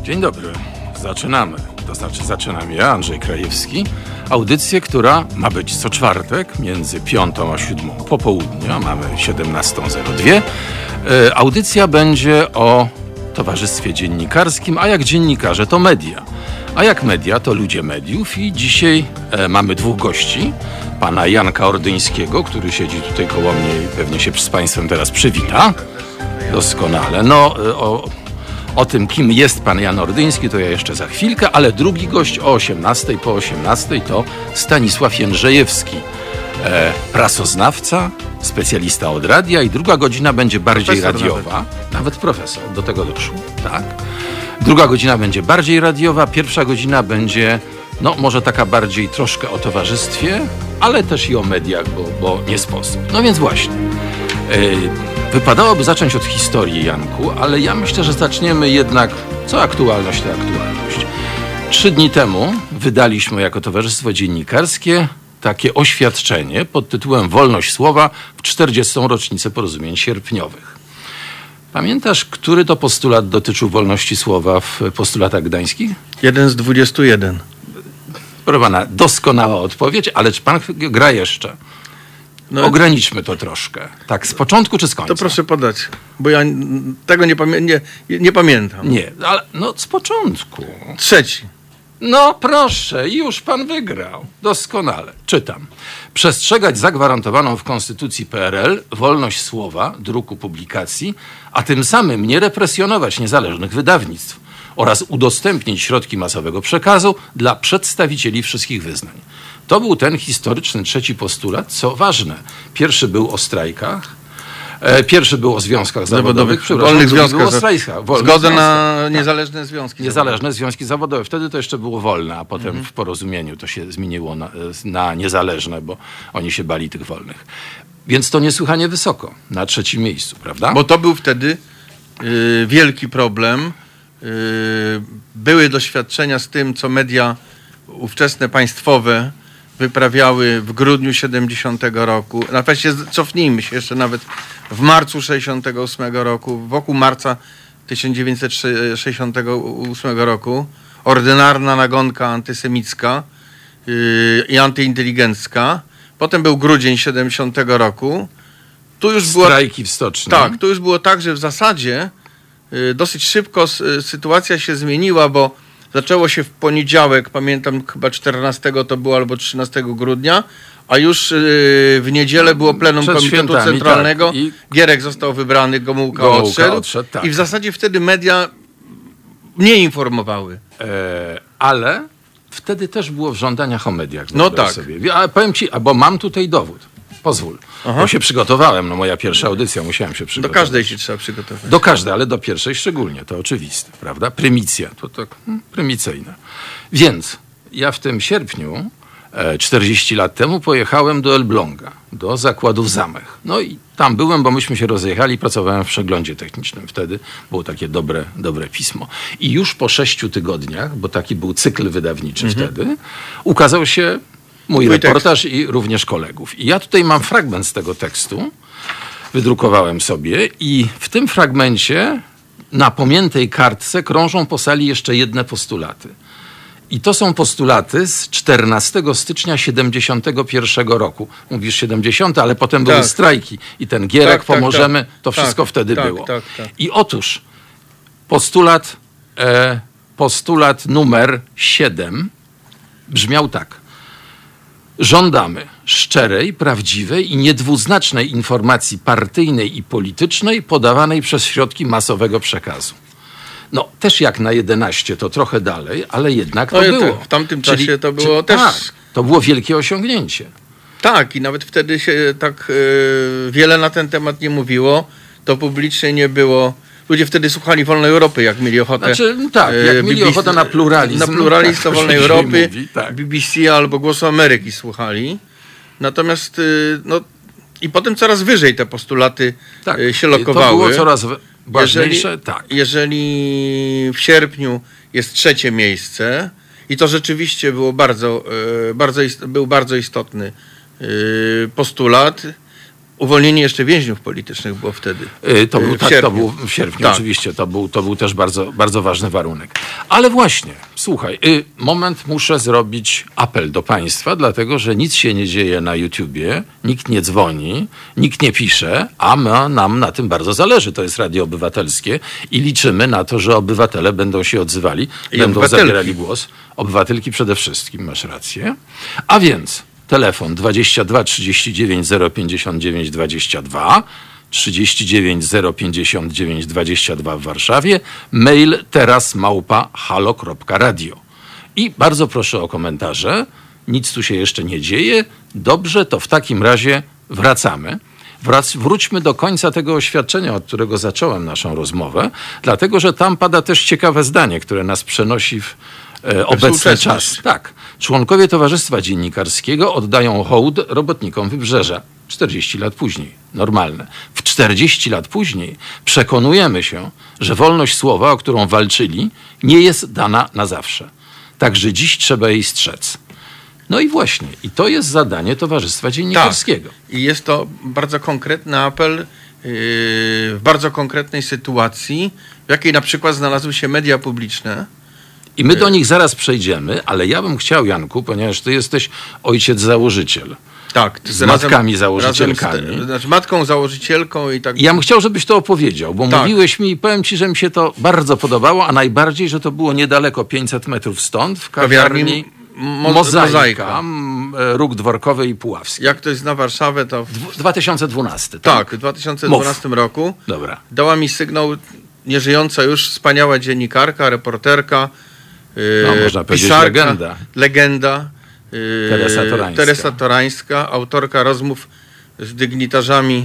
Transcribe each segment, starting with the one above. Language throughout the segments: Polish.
Dzień dobry. Zaczynamy. To znaczy zaczynam ja, Andrzej Krajewski. Audycję, która ma być co czwartek między 5 a 7 popołudnia. Mamy 17:02. Audycja będzie o towarzystwie dziennikarskim, a jak dziennikarze to media. A jak media to ludzie mediów i dzisiaj mamy dwóch gości. Pana Janka Ordyńskiego, który siedzi tutaj koło mnie i pewnie się z Państwem teraz przywita. Doskonale. O tym, kim jest pan Jan Ordyński, to ja jeszcze za chwilkę, ale drugi gość o 18:00, po 18:00 to Stanisław Jędrzejewski, prasoznawca, specjalista od radia i druga godzina będzie bardziej radiowa. Nawet profesor, do tego doszło, tak? Druga godzina będzie bardziej radiowa, pierwsza godzina będzie, może taka bardziej troszkę o towarzystwie, ale też i o mediach, bo nie sposób. No więc właśnie. Wypadałoby zacząć od historii, Janku, ale ja myślę, że zaczniemy jednak, co aktualność, to aktualność. 3 dni temu wydaliśmy jako Towarzystwo Dziennikarskie takie oświadczenie pod tytułem Wolność Słowa w 40. rocznicę porozumień sierpniowych. Pamiętasz, który to postulat dotyczył wolności słowa w postulatach gdańskich? 1 z 21. Proszę pana, doskonała odpowiedź, ale czy pan gra jeszcze? Ograniczmy to troszkę. Tak, z początku czy z końca? To proszę podać, bo ja tego nie pamiętam. Nie, ale z początku. 3. No proszę, już pan wygrał. Doskonale. Czytam. Przestrzegać zagwarantowaną w Konstytucji PRL wolność słowa, druku, publikacji, a tym samym nie represjonować niezależnych wydawnictw oraz udostępnić środki masowego przekazu dla przedstawicieli wszystkich wyznań. To był ten historyczny 3. postulat, co ważne. Pierwszy był o strajkach, pierwszy był o związkach zawodowych, wolnych związkach, o strajkach. Zgoda na niezależne związki Niezależne związki zawodowe. Wtedy to jeszcze było wolne, a potem w porozumieniu to się zmieniło na niezależne, bo oni się bali tych wolnych. Więc to niesłychanie wysoko, na 3. miejscu, prawda? Bo to był wtedy wielki problem. Były doświadczenia z tym, co media ówczesne państwowe wyprawiały w grudniu 70 roku. Na pewno cofnijmy się jeszcze nawet w marcu 68 roku, wokół marca 1968 roku. Ordynarna nagonka antysemicka i antyinteligencka. Potem był grudzień 70 roku. Tu już strajki w stoczni. Tak, tu już było tak, że w zasadzie dosyć szybko sytuacja się zmieniła, bo zaczęło się w poniedziałek, pamiętam chyba 14 to było albo 13 grudnia, a już w niedzielę było plenum Komitetu Centralnego. Tak. Gierek został wybrany, Gomułka odszedł tak. I w zasadzie wtedy media nie informowały. Ale wtedy też było w żądaniach o mediach. Tak. Sobie. Ale powiem ci, bo mam tutaj dowód. Pozwól. Bo się przygotowałem. Moja pierwsza audycja, musiałem się przygotować. Do każdej się trzeba przygotować. Do każdej, ale do pierwszej szczególnie. To oczywiste, prawda? Prymicja. To tak prymicyjne. Więc ja w tym sierpniu, 40 lat temu, pojechałem do Elbląga, do zakładów Zamech. No i tam byłem, bo myśmy się rozjechali, pracowałem w przeglądzie technicznym. Wtedy było takie dobre pismo. I już po 6 tygodniach, bo taki był cykl wydawniczy wtedy, ukazał się mój reportaż i również kolegów. I ja tutaj mam fragment z tego tekstu, wydrukowałem sobie i w tym fragmencie na pomiętej kartce krążą po sali jeszcze jedne postulaty. I to są postulaty z 14 stycznia 71 roku. Mówisz 70, ale potem były strajki i ten Gierek, pomożemy, to wszystko wtedy było. I otóż postulat numer 7 brzmiał tak. Żądamy szczerej, prawdziwej i niedwuznacznej informacji partyjnej i politycznej podawanej przez środki masowego przekazu. Też jak na 11 to trochę dalej, ale jednak to było. W tamtym czasie to było też... Tak, to było wielkie osiągnięcie. Tak, i nawet wtedy się tak wiele na ten temat nie mówiło. To publicznie nie było... Ludzie wtedy słuchali Wolnej Europy, jak mieli ochotę. Jak mieli ochotę na pluralizm. Na pluralizm to Wolnej Europy, BBC albo Głosu Ameryki słuchali. Natomiast i potem coraz wyżej te postulaty się lokowały. To było coraz ważniejsze. Jeżeli w sierpniu jest 3. miejsce i to rzeczywiście było był bardzo istotny postulat. uwolnienie jeszcze więźniów politycznych było wtedy. To był, w sierpniu. To był w sierpniu, Tak. oczywiście. To był też bardzo, bardzo ważny warunek. Ale właśnie, słuchaj, moment, muszę zrobić apel do państwa, dlatego, że nic się nie dzieje na YouTubie, nikt nie dzwoni, nikt nie pisze, a nam na tym bardzo zależy. To jest Radio Obywatelskie i liczymy na to, że obywatele będą się odzywali, będą zabierali głos. Obywatelki przede wszystkim, masz rację. A więc telefon 22 39 059 22, 39 059 22 w Warszawie, mail teraz@halo.radio. I bardzo proszę o komentarze. Nic tu się jeszcze nie dzieje. Dobrze, to w takim razie wracamy. Wróćmy do końca tego oświadczenia, od którego zacząłem naszą rozmowę, dlatego, że tam pada też ciekawe zdanie, które nas przenosi w obecny czas. Tak. Członkowie Towarzystwa Dziennikarskiego oddają hołd robotnikom Wybrzeża. 40 lat później. Normalne. W 40 lat później przekonujemy się, że wolność słowa, o którą walczyli, nie jest dana na zawsze. Także dziś trzeba jej strzec. No i właśnie. I to jest zadanie Towarzystwa Dziennikarskiego. Tak. I jest to bardzo konkretny apel w bardzo konkretnej sytuacji, w jakiej na przykład znalazły się media publiczne. I my do nich zaraz przejdziemy, ale ja bym chciał, Janku, ponieważ ty jesteś ojciec założyciel. Tak. Z matkami założycielkami. Znaczy matką założycielką i tak. Ja bym chciał, żebyś to opowiedział, bo tak. Mówiłeś mi i powiem ci, że mi się to bardzo podobało, a najbardziej, że to było niedaleko 500 metrów stąd, w kawiarni Mozaika, Róg Dworkowy i Puławski. Jak ktoś zna Warszawę, to... 2012, tak? Tak, w 2012 roku. Dobra. Dała mi sygnał nieżyjąca już wspaniała dziennikarka, reporterka, można powiedzieć pisarka, legenda. Teresa Torańska, autorka rozmów z dygnitarzami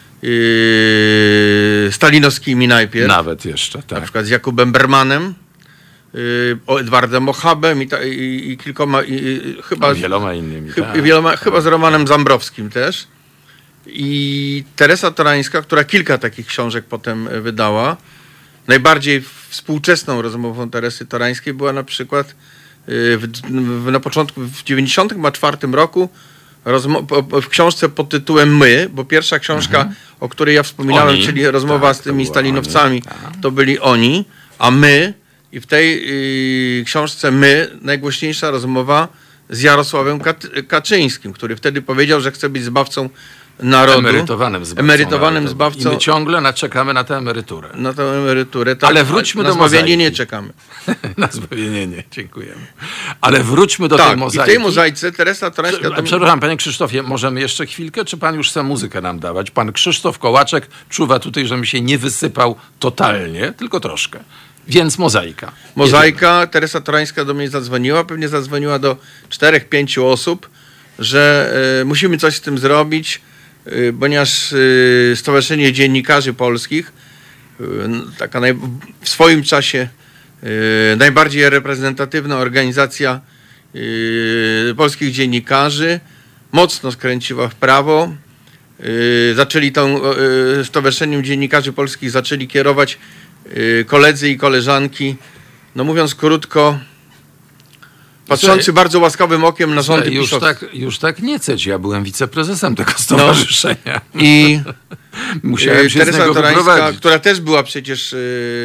stalinowskimi najpierw. Nawet jeszcze, tak. Na przykład z Jakubem Bermanem, Edwardem Ochabem i kilkoma, chyba wieloma innymi. Chyba z Romanem Zambrowskim też. I Teresa Torańska, która kilka takich książek potem wydała, najbardziej współczesną rozmową Teresy Torańskiej była na przykład na początku, w 1994 roku w książce pod tytułem My, bo pierwsza książka, o której ja wspominałem, czyli rozmowa z tymi stalinowcami, to byli oni, a My, i w tej książce My najgłośniejsza rozmowa z Jarosławem Kaczyńskim, który wtedy powiedział, że chce być zbawcą narodu. Emerytowanym zbawcą. I my ciągle czekamy na tę emeryturę. Na tę emeryturę. Tak, ale wróćmy do mozaiki. Na zbawienie nie czekamy. Na zbawienie nie, dziękujemy. Ale wróćmy do tej mozaiki. I w tej mozaice Teresa Torańska... Przepraszam, panie Krzysztofie, możemy jeszcze chwilkę, czy pan już chce muzykę nam dawać? Pan Krzysztof Kołaczek czuwa tutaj, żebym się nie wysypał totalnie, tylko troszkę. Więc mozaika. Mozaika. Teresa Torańska do mnie zadzwoniła, pewnie zadzwoniła do 4-5 osób, że musimy coś z tym zrobić, ponieważ Stowarzyszenie Dziennikarzy Polskich, taka w swoim czasie najbardziej reprezentatywna organizacja polskich dziennikarzy, mocno skręciła w prawo. Zaczęli Stowarzyszeniem Dziennikarzy Polskich zaczęli kierować koledzy i koleżanki, no mówiąc krótko, patrzący bardzo łaskawym okiem na rządy pisowskie. Już tak nie ceć. Ja byłem wiceprezesem tego stowarzyszenia. I musiałem się Teresa z niego Torańska, która też była przecież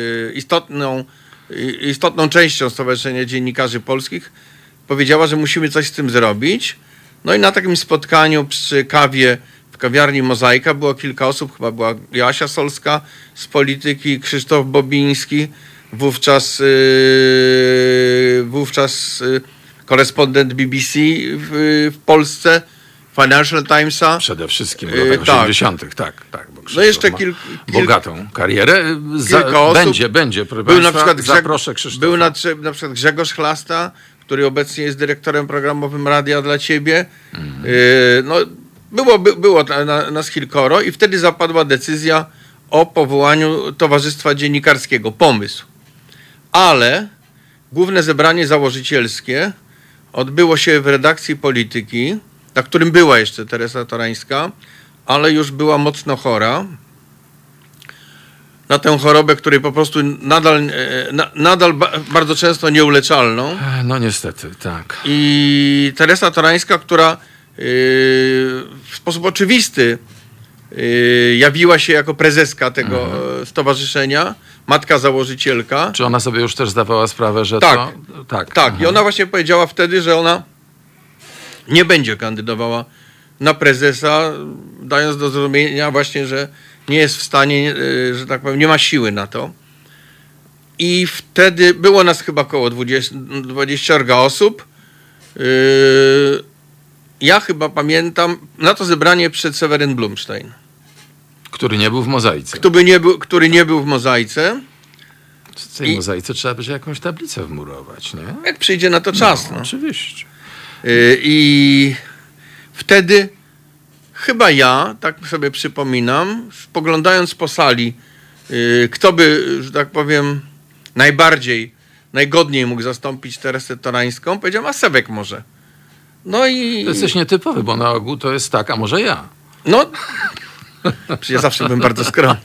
istotną częścią Stowarzyszenia Dziennikarzy Polskich, powiedziała, że musimy coś z tym zrobić. No i na takim spotkaniu przy kawie w kawiarni Mozaika było kilka osób, chyba była Joasia Solska z Polityki, Krzysztof Bobiński, wówczas korespondent BBC w Polsce, Financial Timesa. Przede wszystkim w latach 80. Tak. Bo no jeszcze bogatą karierę. Będzie, proszę był państwa, na przykład zaproszę Krzysztofa. Był na przykład Grzegorz Chlasta, który obecnie jest dyrektorem programowym Radia dla Ciebie. No, było nas kilkoro i wtedy zapadła decyzja o powołaniu Towarzystwa Dziennikarskiego. Pomysł. Ale główne zebranie założycielskie odbyło się w redakcji Polityki, na którym była jeszcze Teresa Torańska, ale już była mocno chora. Na tę chorobę, której po prostu nadal bardzo często nieuleczalną. No niestety, tak. I Teresa Torańska, która w sposób oczywisty jawiła się jako prezeska tego stowarzyszenia, matka założycielka. Czy ona sobie już też zdawała sprawę, że Tak. to... Tak. Tak, i ona właśnie powiedziała wtedy, że ona nie będzie kandydowała na prezesa, dając do zrozumienia właśnie, że nie jest w stanie, że tak powiem, nie ma siły na to. I wtedy było nas chyba około 20 osób. Ja chyba pamiętam, na to zebranie przed Seweryn Blumstein. Który nie był w mozaice. Który nie był w mozaice. W tej mozaice trzeba będzie jakąś tablicę wmurować, nie? Jak przyjdzie na to czas. No. Oczywiście. I wtedy chyba ja, tak sobie przypominam, spoglądając po sali, kto by, że tak powiem, najgodniej mógł zastąpić Teresę Torańską, powiedziałem, a Sebek może. No i... To jesteś nietypowy, bo na ogół to jest tak, a może ja. No, ja zawsze byłem bardzo skromny.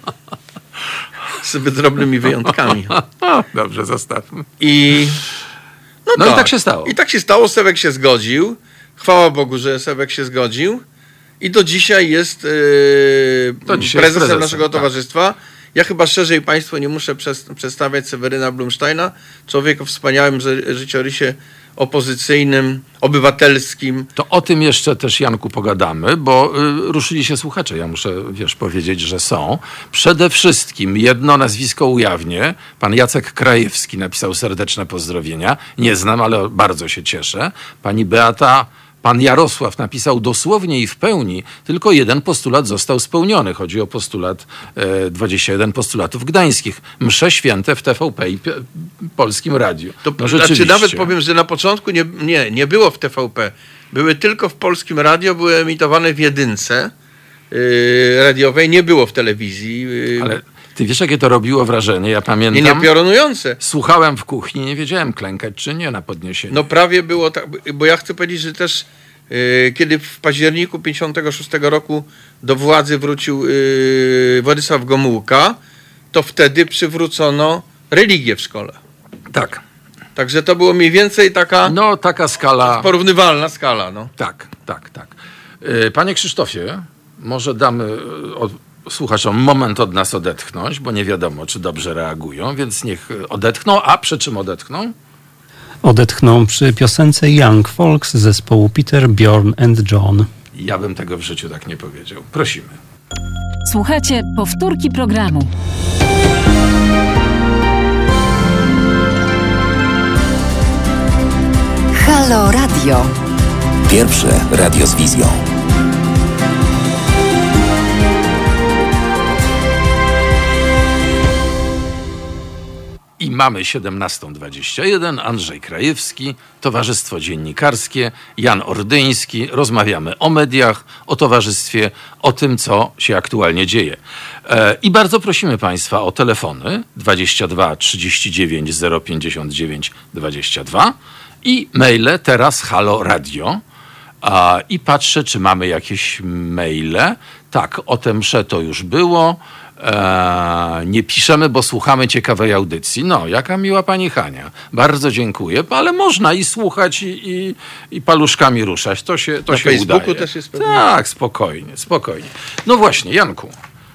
Z zbyt drobnymi wyjątkami. Dobrze, zostawmy. I tak się stało. I tak się stało, Sebek się zgodził. Chwała Bogu, że Sebek się zgodził. I do dzisiaj jest prezesem naszego towarzystwa. Ja chyba szerzej Państwu nie muszę przedstawiać Seweryna Blumsteina, człowiek o wspaniałym życiorysie opozycyjnym, obywatelskim. To o tym jeszcze też, Janku, pogadamy, bo ruszyli się słuchacze. Ja muszę, powiedzieć, że są. Przede wszystkim jedno nazwisko ujawnię. Pan Jacek Krajewski napisał serdeczne pozdrowienia. Nie znam, ale bardzo się cieszę. Pani Beata... Pan Jarosław napisał dosłownie i w pełni, tylko jeden postulat został spełniony. Chodzi o postulat 21 postulatów gdańskich. Msze święte w TVP i Polskim Radiu. Znaczy nawet powiem, że na początku nie było w TVP. Były tylko w Polskim Radio, były emitowane w jedynce radiowej, nie było w telewizji. Ale ty wiesz, jakie to robiło wrażenie? Ja pamiętam. Nie piorunujące. Słuchałem w kuchni, nie wiedziałem, klękać czy nie na podniesienie. No prawie było tak, bo ja chcę powiedzieć, że też kiedy w październiku 1956 roku do władzy wrócił Władysław Gomułka, to wtedy przywrócono religię w szkole. Tak. Także to było mniej więcej taka... No, taka skala... Porównywalna skala, no. Tak. Panie Krzysztofie, może damy słuchaczom moment od nas odetchnąć, bo nie wiadomo, czy dobrze reagują, więc niech odetchną. A przy czym odetchną? Odetchną przy piosence Young Folks zespołu Peter, Bjorn and John. Ja bym tego w życiu tak nie powiedział. Prosimy. Słuchajcie powtórki programu. Halo Radio. Pierwsze radio z wizją. I mamy 17:21. Andrzej Krajewski, Towarzystwo Dziennikarskie, Jan Ordyński. Rozmawiamy o mediach, o towarzystwie, o tym, co się aktualnie dzieje. I bardzo prosimy Państwa o telefony 22 39 059 22 i maile teraz Halo Radio. I patrzę, czy mamy jakieś maile. Tak, o tę mszę to już było. Nie piszemy, bo słuchamy ciekawej audycji. No, jaka miła pani Hania. Bardzo dziękuję, ale można i słuchać, i paluszkami ruszać. To się Na Facebooku udaje. też jest pewnie. Tak, spokojnie. No właśnie, Janku.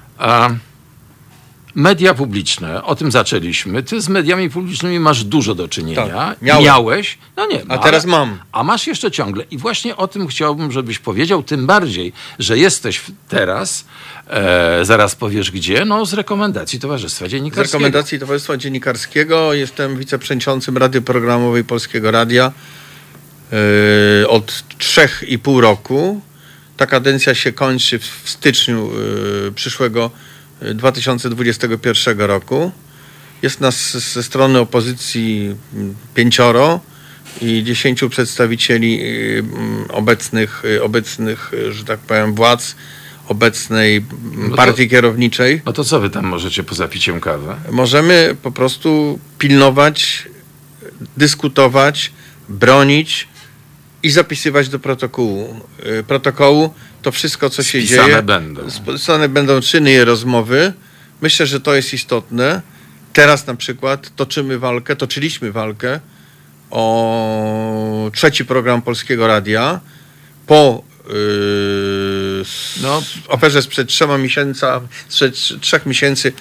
Media publiczne, o tym zaczęliśmy. Ty z mediami publicznymi masz dużo do czynienia. Tak, Miałeś. No nie, a teraz mam. A masz jeszcze ciągle. I właśnie o tym chciałbym, żebyś powiedział, tym bardziej, że jesteś teraz, zaraz powiesz gdzie, no z rekomendacji Towarzystwa Dziennikarskiego. Z rekomendacji Towarzystwa Dziennikarskiego jestem wiceprzewodniczącym Rady Programowej Polskiego Radia od 3,5 roku. Ta kadencja się kończy w styczniu przyszłego 2021 roku. Jest nas ze strony opozycji 5 i 10 przedstawicieli obecnych, że tak powiem, władz, obecnej partii kierowniczej. No to co wy tam możecie poza piciem kawy? Możemy po prostu pilnować, dyskutować, bronić i zapisywać do protokołu to wszystko, co się dzieje. Spisane będą czyny i rozmowy. Myślę, że to jest istotne. Teraz na przykład toczyliśmy walkę o 3. program Polskiego Radia po aferze sprzed 3 miesięcy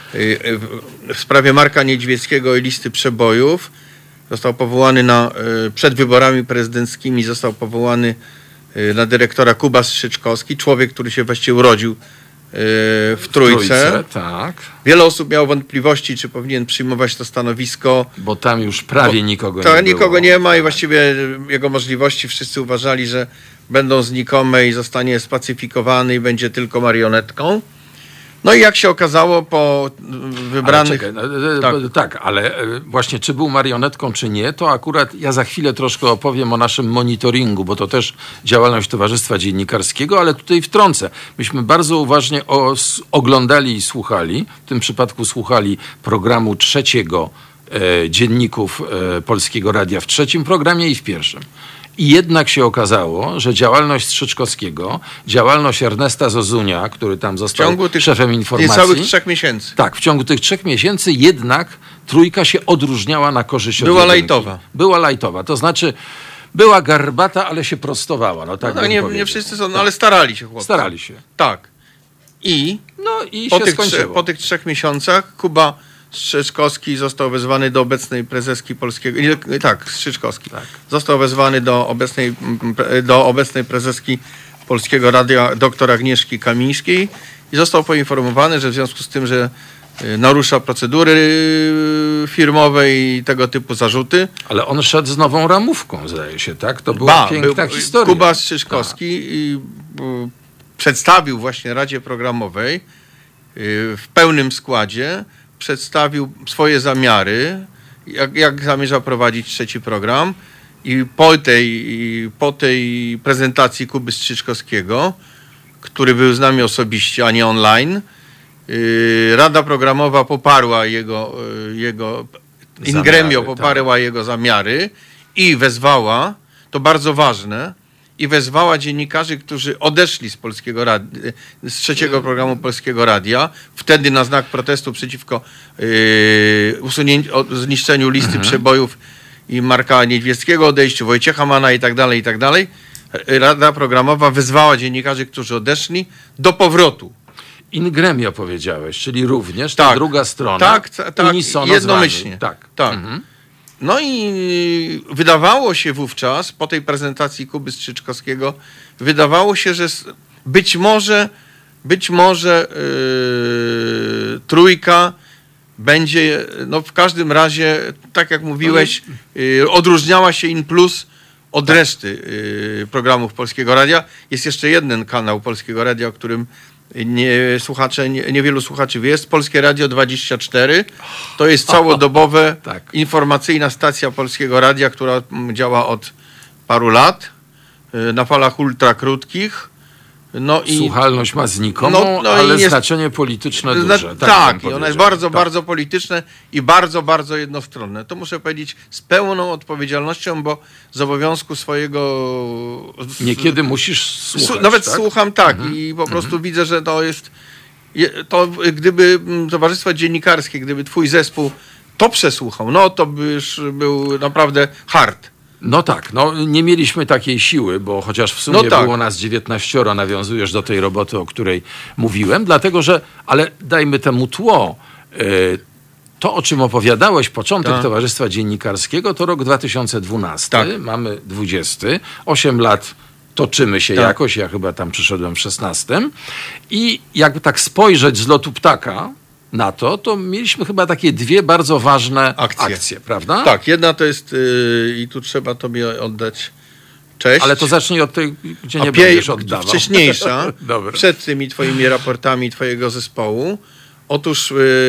w sprawie Marka Niedźwieckiego i listy przebojów. Został powołany przed wyborami prezydenckimi został powołany na dyrektora Kuba Strzyczkowski, człowiek, który się właściwie urodził w Trójce. Tak. Wiele osób miało wątpliwości, czy powinien przyjmować to stanowisko. Bo tam już prawie nikogo nie było. Nikogo nie ma i właściwie jego możliwości wszyscy uważali, że będą znikome i zostanie spacyfikowany i będzie tylko marionetką. No i jak się okazało po wybranych... Ale właśnie czy był marionetką, czy nie, to akurat ja za chwilę troszkę opowiem o naszym monitoringu, bo to też działalność Towarzystwa Dziennikarskiego, ale tutaj wtrącę. Myśmy bardzo uważnie oglądali i słuchali, w tym przypadku słuchali programu trzeciego dzienników Polskiego Radia w trzecim programie i w pierwszym. I jednak się okazało, że działalność Strzyczkowskiego, działalność Ernesta Zozunia, który tam został szefem informacji... Niecałych 3 miesięcy. Tak, w ciągu tych 3 miesięcy jednak Trójka się odróżniała na korzyść od jedynki. Lajtowa. Była lajtowa, to znaczy była garbata, ale się prostowała. Nie wszyscy są, ale starali się chłopcy. Starali się. Tak. I się skończyło. Po tych 3 miesiącach Kuba Strzyczkowski został wezwany do obecnej prezeski Polskiego... Strzyczkowski. Tak. Został wezwany do obecnej prezeski Polskiego Radia dr Agnieszki Kamińskiej i został poinformowany, że w związku z tym, że narusza procedury firmowe i tego typu zarzuty. Ale on szedł z nową ramówką, zdaje się, tak? To była piękna historia. Kuba Strzyczkowski przedstawił właśnie Radzie Programowej w pełnym składzie, przedstawił swoje zamiary, jak zamierza prowadzić trzeci program i po tej prezentacji Kuby Strzyczkowskiego, który był z nami osobiście, a nie online, Rada Programowa poparła jego in gremio poparła jego zamiary i wezwała, to bardzo ważne, i wezwała dziennikarzy, którzy odeszli z Polskiego Radia, z trzeciego programu Polskiego Radia, wtedy na znak protestu przeciwko zniszczeniu listy przebojów i Marka Niedźwieckiego, odejściu Wojciecha Mana i tak dalej. Rada Programowa wezwała dziennikarzy, którzy odeszli, do powrotu. In gremio powiedziałeś, czyli również ta druga strona unisono jednomyślnie. Tak. Mhm. No i wydawało się wówczas, po tej prezentacji Kuby Strzyczkowskiego, wydawało się, że być może Trójka będzie, w każdym razie, tak jak mówiłeś, odróżniała się in plus od reszty programów Polskiego Radia. Jest jeszcze jeden kanał Polskiego Radia, o którym niewielu słuchaczy wie, jest Polskie Radio 24. To jest całodobowe informacyjna stacja Polskiego Radia, która działa od paru lat na falach ultrakrótkich. Słuchalność ma znikomą, ale znaczenie polityczne duże. I ona jest bardzo polityczne i bardzo jednostronne. To muszę powiedzieć z pełną odpowiedzialnością, bo z obowiązku swojego... Niekiedy musisz słuchać. Nawet słucham, i po prostu widzę, że to jest... Gdyby Towarzystwo Dziennikarskie, gdyby twój zespół to przesłuchał, to by już był naprawdę hard. Nie mieliśmy takiej siły, bo chociaż w sumie było nas 19, nawiązujesz do tej roboty, o której mówiłem, dlatego że, ale dajmy temu tło. To, o czym opowiadałeś, początek Towarzystwa Dziennikarskiego, to rok 2012, mamy 20, 8 lat toczymy się jakoś, ja chyba tam przyszedłem w 16 i jak tak spojrzeć z lotu ptaka na to mieliśmy chyba takie 2 bardzo ważne akcje, prawda? Tak, jedna to jest, i tu trzeba tobie oddać cześć. Ale to zacznij od tej, gdzie nie będziesz oddawał. Wcześniejsza, przed tymi twoimi raportami twojego zespołu. Otóż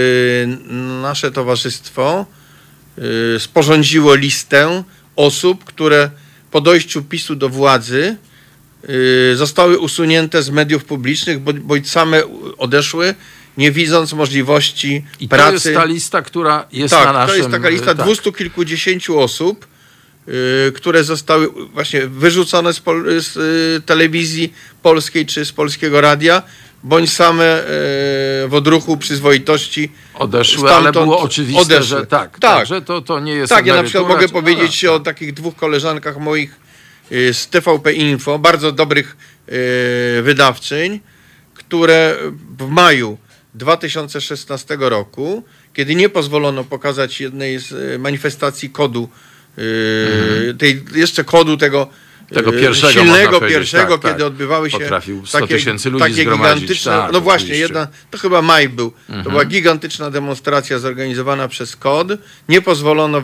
nasze towarzystwo sporządziło listę osób, które po dojściu PiS-u do władzy zostały usunięte z mediów publicznych, bądź same odeszły, nie widząc możliwości pracy. To jest ta lista, która jest na naszym... to jest taka lista 200 kilkudziesięciu osób, które zostały właśnie wyrzucone z telewizji polskiej czy z Polskiego Radia, bądź same w odruchu przyzwoitości odeszły, ale było oczywiste, że że to nie jest ja na przykład mogę powiedzieć o takich 2 koleżankach moich z TVP Info, bardzo dobrych wydawczyń, które w maju 2016 roku, kiedy nie pozwolono pokazać jednej z manifestacji kodu, jeszcze kodu tego pierwszego, silnego pierwszego, kiedy odbywały się potrafił 100 tysięcy ludzi zgromadzić. Gigantyczne, no właśnie, to chyba maj był, to była gigantyczna demonstracja zorganizowana przez KOD, nie pozwolono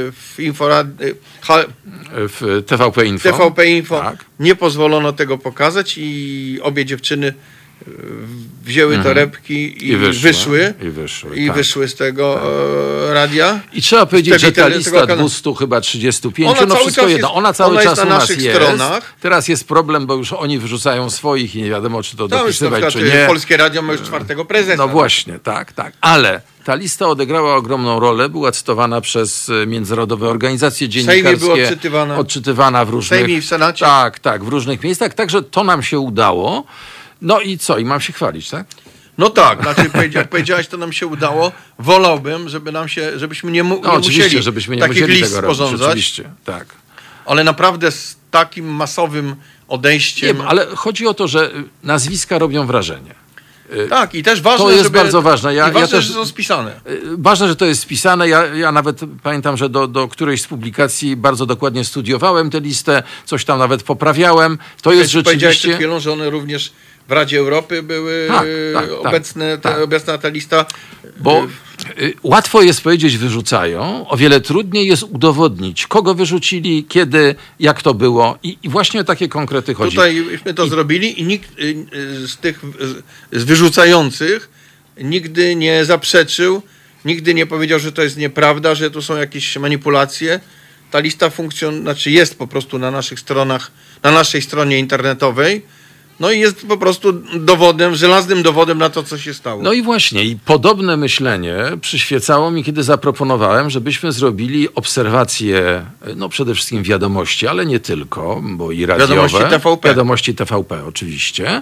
w TVP Info, tak. Nie pozwolono tego pokazać i obie dziewczyny wzięły torebki i wyszły z tego radia. I trzeba powiedzieć, że ta lista 235, ona cały czas u nas jest. Stronach. Teraz jest problem, bo już oni wyrzucają swoich i nie wiadomo, czy to dopisywać, czy nie. Polskie Radio ma już 4. prezesa. No właśnie, tak. Ale ta lista odegrała ogromną rolę, była cytowana przez międzynarodowe organizacje dziennikarskie, odczytywana w różnych... Sejmie i w Senacie. Tak, w różnych miejscach, także to nam się udało. No i co? I mam się chwalić, tak? No tak, znaczy jak powiedziałeś, to nam się udało. Wolałbym, żebyśmy nie musieli takich list sporządzać. Oczywiście, tak. Ale naprawdę z takim masowym odejściem... Nie, ale chodzi o to, że nazwiska robią wrażenie. Tak, i też ważne, to jest bardzo ważne. Ważne, że są spisane. Ważne, że to jest spisane. Ja nawet pamiętam, że do którejś z publikacji bardzo dokładnie studiowałem tę listę, coś tam nawet poprawiałem. To jest rzeczywiście... Powiedziałeś przed chwilą, że one również w Radzie Europy były obecne, obecna ta lista. Bo łatwo jest powiedzieć wyrzucają, o wiele trudniej jest udowodnić, kogo wyrzucili, kiedy, jak to było i właśnie o takie konkrety chodzi. Tutayśmy to zrobili i nikt z tych wyrzucających nigdy nie zaprzeczył, nigdy nie powiedział, że to jest nieprawda, że tu są jakieś manipulacje. Ta lista jest po prostu na naszych stronach, na naszej stronie internetowej. No i jest po prostu żelaznym dowodem na to, co się stało. No i właśnie, i podobne myślenie przyświecało mi, kiedy zaproponowałem, żebyśmy zrobili obserwacje, no przede wszystkim wiadomości, ale nie tylko, bo i radiowe. Wiadomości TVP oczywiście,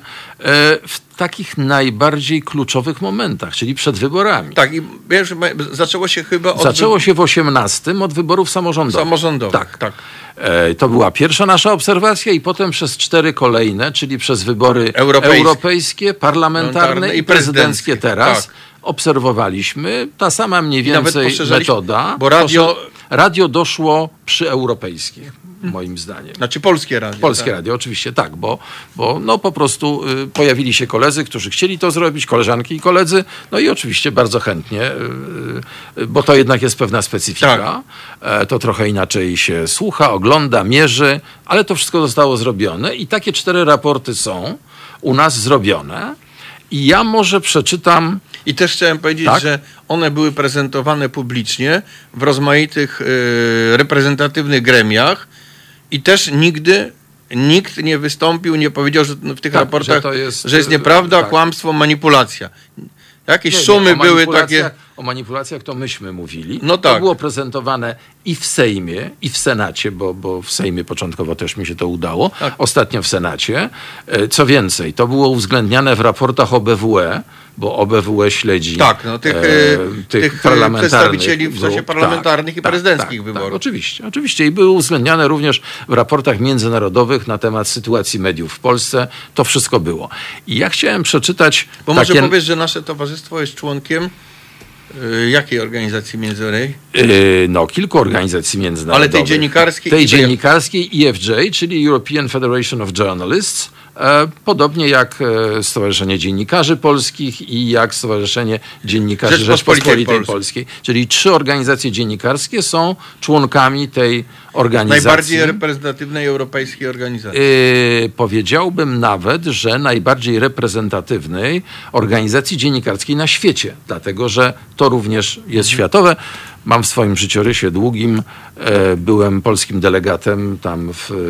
w takich najbardziej kluczowych momentach, czyli przed wyborami. Tak, i wiesz, zaczęło się chyba Zaczęło się w 18 od wyborów samorządowych. Tak. To była pierwsza nasza obserwacja i potem przez 4 kolejne, czyli przez wybory europejskie, parlamentarne i prezydenckie teraz obserwowaliśmy. Ta sama mniej więcej metoda. Bo radio doszło przy europejskich, moim zdaniem. Znaczy Polskie Radio. Polskie Radio, oczywiście, tak, bo no po prostu pojawili się koledzy, którzy chcieli to zrobić, koleżanki i koledzy, no i oczywiście bardzo chętnie, bo to jednak jest pewna specyfika. Tak. To trochę inaczej się słucha, ogląda, mierzy, ale to wszystko zostało zrobione i takie 4 raporty są u nas zrobione. I ja może przeczytam... I też chciałem powiedzieć, że one były prezentowane publicznie w rozmaitych reprezentatywnych gremiach i też nikt nie wystąpił, nie powiedział, że w tych raportach, że jest nieprawda, kłamstwo, manipulacja. Jakieś szumy były takie... O manipulacjach to myśmy mówili. No tak. To było prezentowane i w Sejmie, i w Senacie, bo w Sejmie początkowo też mi się to udało. Tak. Ostatnio w Senacie. Co więcej, to było uwzględniane w raportach OBWE, bo OBWE śledzi tych przedstawicieli w czasie parlamentarnych i prezydenckich wyborów. Tak, oczywiście. I były uwzględniane również w raportach międzynarodowych na temat sytuacji mediów w Polsce. To wszystko było. I ja chciałem przeczytać... Bo może powiesz, że nasze towarzystwo jest członkiem jakiej organizacji międzynarodowej? No, kilku organizacji międzynarodowych. Ale tej dziennikarskiej? Tej dziennikarskiej EFJ, czyli European Federation of Journalists, podobnie jak Stowarzyszenie Dziennikarzy Polskich i jak Stowarzyszenie Dziennikarzy Rzeczpospolitej Polskiej. Czyli 3 organizacje dziennikarskie są członkami tej organizacji. Najbardziej reprezentatywnej europejskiej organizacji. Powiedziałbym nawet, że najbardziej reprezentatywnej organizacji dziennikarskiej na świecie, dlatego że to również jest światowe. Mam w swoim życiorysie długim, byłem polskim delegatem tam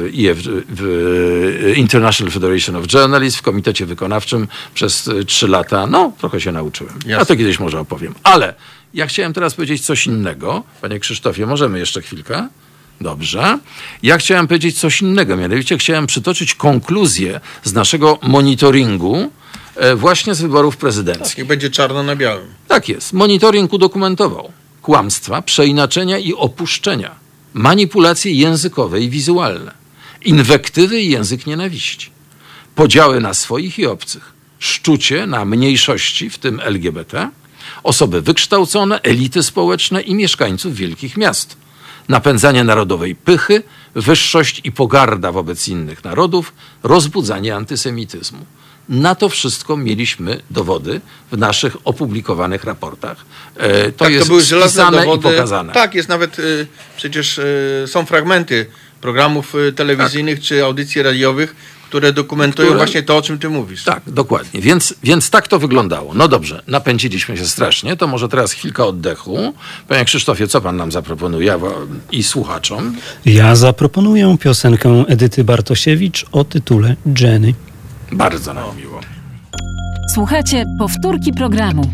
w International Federation of Journalists, w komitecie wykonawczym przez 3 lata. No, trochę się nauczyłem. Ja to kiedyś może opowiem. Ale ja chciałem teraz powiedzieć coś innego. Panie Krzysztofie, możemy jeszcze chwilkę? Dobrze. Ja chciałem powiedzieć coś innego. Mianowicie chciałem przytoczyć konkluzję z naszego monitoringu właśnie z wyborów prezydenckich. Tak, i będzie czarno na białym. Tak jest. Monitoring udokumentował kłamstwa, przeinaczenia i opuszczenia, manipulacje językowe i wizualne, inwektywy i język nienawiści, podziały na swoich i obcych, szczucie na mniejszości, w tym LGBT, osoby wykształcone, elity społeczne i mieszkańców wielkich miast, napędzanie narodowej pychy, wyższość i pogarda wobec innych narodów, rozbudzanie antysemityzmu. Na to wszystko mieliśmy dowody w naszych opublikowanych raportach. To jest były żelazne spisane dowody. i pokazane. Tak, jest nawet, przecież są fragmenty programów telewizyjnych czy audycji radiowych, które dokumentują właśnie to, o czym ty mówisz. Tak, dokładnie. Więc tak to wyglądało. No dobrze, napędziliśmy się strasznie, to może teraz chwilka oddechu. Panie Krzysztofie, co pan nam zaproponuje i słuchaczom? Ja zaproponuję piosenkę Edyty Bartosiewicz o tytule Jenny. Bardzo nam miło. Słuchajcie powtórki programu.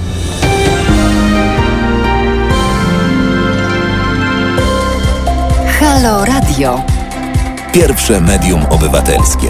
Halo Radio. Pierwsze medium obywatelskie.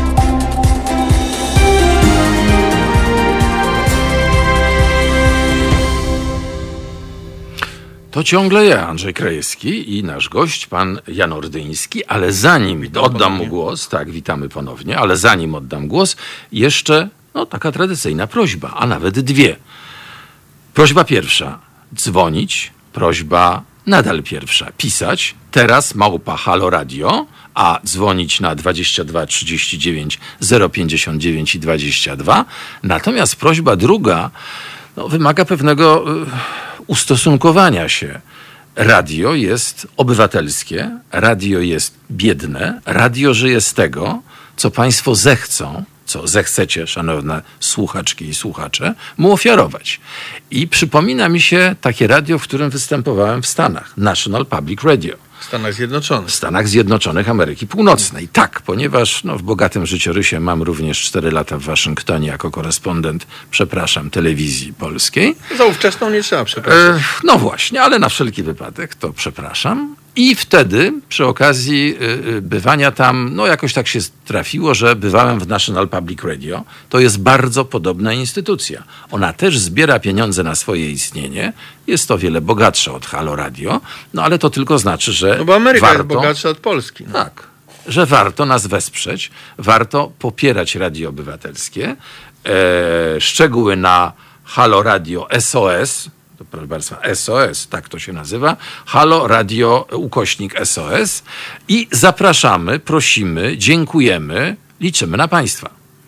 To ciągle ja, Andrzej Krajewski i nasz gość, pan Jan Ordyński, ale zanim oddam mu głos, tak, witamy ponownie, ale zanim oddam głos, jeszcze taka tradycyjna prośba, a nawet dwie. Prośba pierwsza, dzwonić, prośba nadal pierwsza, pisać, teraz @Halo Radio, a dzwonić na 22 39 059 i 22. Natomiast prośba druga wymaga pewnego ustosunkowania się. Radio jest obywatelskie, radio jest biedne, radio żyje z tego, co państwo zechcą, co zechcecie, szanowne słuchaczki i słuchacze, mu ofiarować. I przypomina mi się takie radio, w którym występowałem w Stanach. National Public Radio. W Stanach Zjednoczonych. W Stanach Zjednoczonych Ameryki Północnej. Tak, ponieważ w bogatym życiorysie mam również 4 lata w Waszyngtonie jako korespondent, telewizji polskiej. Za ówczesną nie trzeba przepraszać. No właśnie, ale na wszelki wypadek to przepraszam. I wtedy przy okazji bywania tam, jakoś tak się trafiło, że bywałem w National Public Radio. To jest bardzo podobna instytucja. Ona też zbiera pieniądze na swoje istnienie. Jest o wiele bogatsza od Halo Radio, ale to tylko znaczy, że bo Ameryka jest bogatsza od Polski. Tak, że warto nas wesprzeć, warto popierać radio obywatelskie. Szczegóły na Halo Radio SOS, to proszę Państwa, SOS, tak to się nazywa, Halo Radio /SOS i zapraszamy, prosimy, dziękujemy, liczymy na Państwa.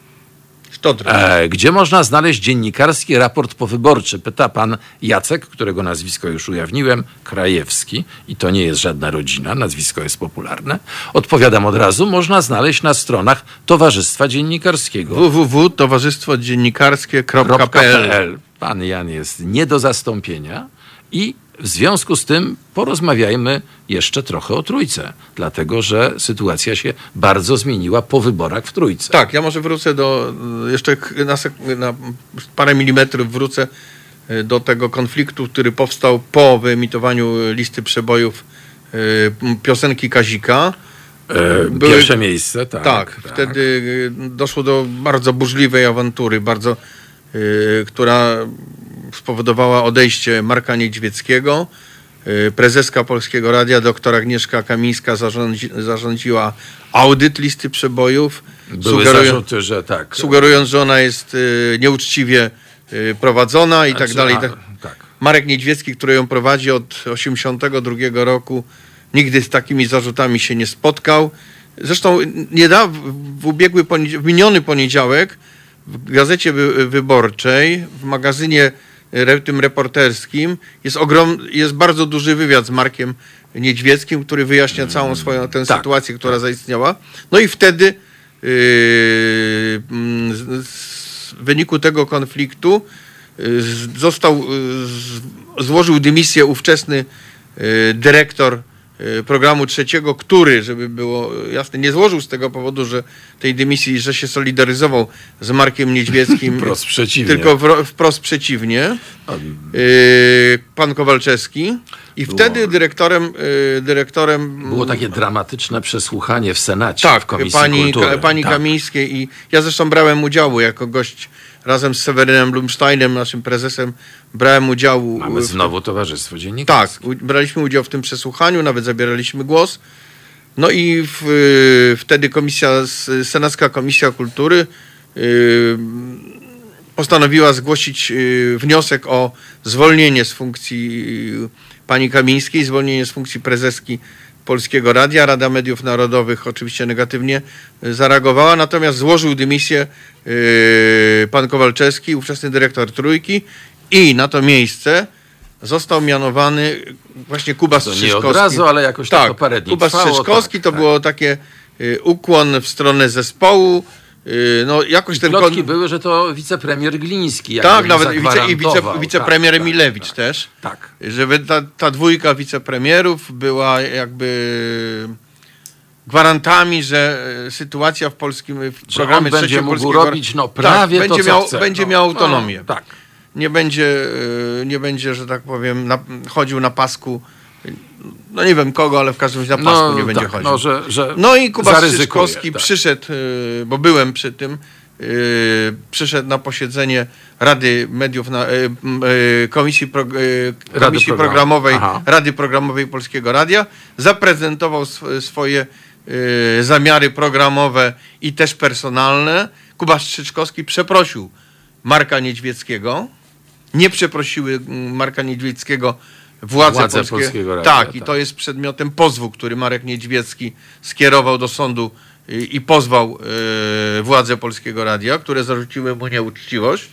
Gdzie można znaleźć dziennikarski raport powyborczy? Pyta pan Jacek, którego nazwisko już ujawniłem, Krajewski. I to nie jest żadna rodzina, nazwisko jest popularne. Odpowiadam od razu, można znaleźć na stronach Towarzystwa Dziennikarskiego. www.towarzystwodziennikarskie.pl. Pan Jan jest nie do zastąpienia i w związku z tym porozmawiajmy jeszcze trochę o Trójce, dlatego że sytuacja się bardzo zmieniła po wyborach w Trójce. Tak, ja może wrócę jeszcze na parę milimetrów wrócę do tego konfliktu, który powstał po wyemitowaniu listy przebojów piosenki Kazika. Pierwsze miejsce, tak. Tak, wtedy doszło do bardzo burzliwej awantury, która spowodowała odejście Marka Niedźwieckiego. Prezeska Polskiego Radia, doktor Agnieszka Kamińska zarządziła audyt listy przebojów. Były zarzuty, że tak. Sugerując, że ona jest nieuczciwie prowadzona i tak dalej. Tak. Marek Niedźwiecki, który ją prowadzi od 1982 roku, nigdy z takimi zarzutami się nie spotkał. Zresztą w miniony poniedziałek w Gazecie Wyborczej, w magazynie tym reporterskim jest bardzo duży wywiad z Markiem Niedźwieckim, który wyjaśnia całą swoją tę sytuację, która zaistniała. No i wtedy w wyniku tego konfliktu złożył dymisję ówczesny dyrektor programu Trzeciego, który, żeby było jasne, nie złożył z tego powodu, że tej dymisji, że się solidaryzował z Markiem Niedźwieckim, wprost przeciwnie. tylko wprost przeciwnie, pan Kowalczewski. I wtedy dyrektorem było takie dramatyczne przesłuchanie w Senacie, w Komisji Kultury. Pani Kamińskiej, i ja zresztą brałem udziału jako gość razem z Sewerynem Blumsteinem, naszym prezesem, brałem udział. Mamy znowu Towarzystwo Dziennikarskie. Tak, braliśmy udział w tym przesłuchaniu, nawet zabieraliśmy głos. No i wtedy Senacka Komisja Kultury postanowiła zgłosić wniosek o zwolnienie z funkcji pani Kamińskiej, zwolnienie z funkcji prezeski Polskiego Radia. Rada Mediów Narodowych oczywiście negatywnie zareagowała, natomiast złożył dymisję pan Kowalczewski, ówczesny dyrektor Trójki, i na to miejsce został mianowany właśnie Kuba Strzyczkowski. Nie od razu, ale jakoś tak to parę dni Kuba Strzyczkowski to było takie ukłon w stronę zespołu. No, jakoś ten plotki były, że to wicepremier Gliński. Tak, nawet wicepremier Emilewicz też. Tak. Żeby ta dwójka wicepremierów była jakby gwarantami, że sytuacja w polskim programie będzie mógł robić prawie tak, będzie miał autonomię. Tak. Nie będzie, że tak powiem, chodził na pasku. No nie wiem kogo, ale w każdym razie na pasku nie będzie chodził. No i Kuba Strzyczkowski przyszedł, bo byłem przy tym, przyszedł na posiedzenie Rady Mediów, Komisji Programowej Rady Programowej Polskiego Radia, zaprezentował swoje zamiary programowe i też personalne. Kuba Strzyczkowski przeprosił Marka Niedźwieckiego. Nie przeprosiły Marka Niedźwieckiego władze Polskiego Radia. Tak, i to jest przedmiotem pozwu, który Marek Niedźwiecki skierował do sądu i pozwał władze Polskiego Radia, które zarzuciły mu nieuczciwość.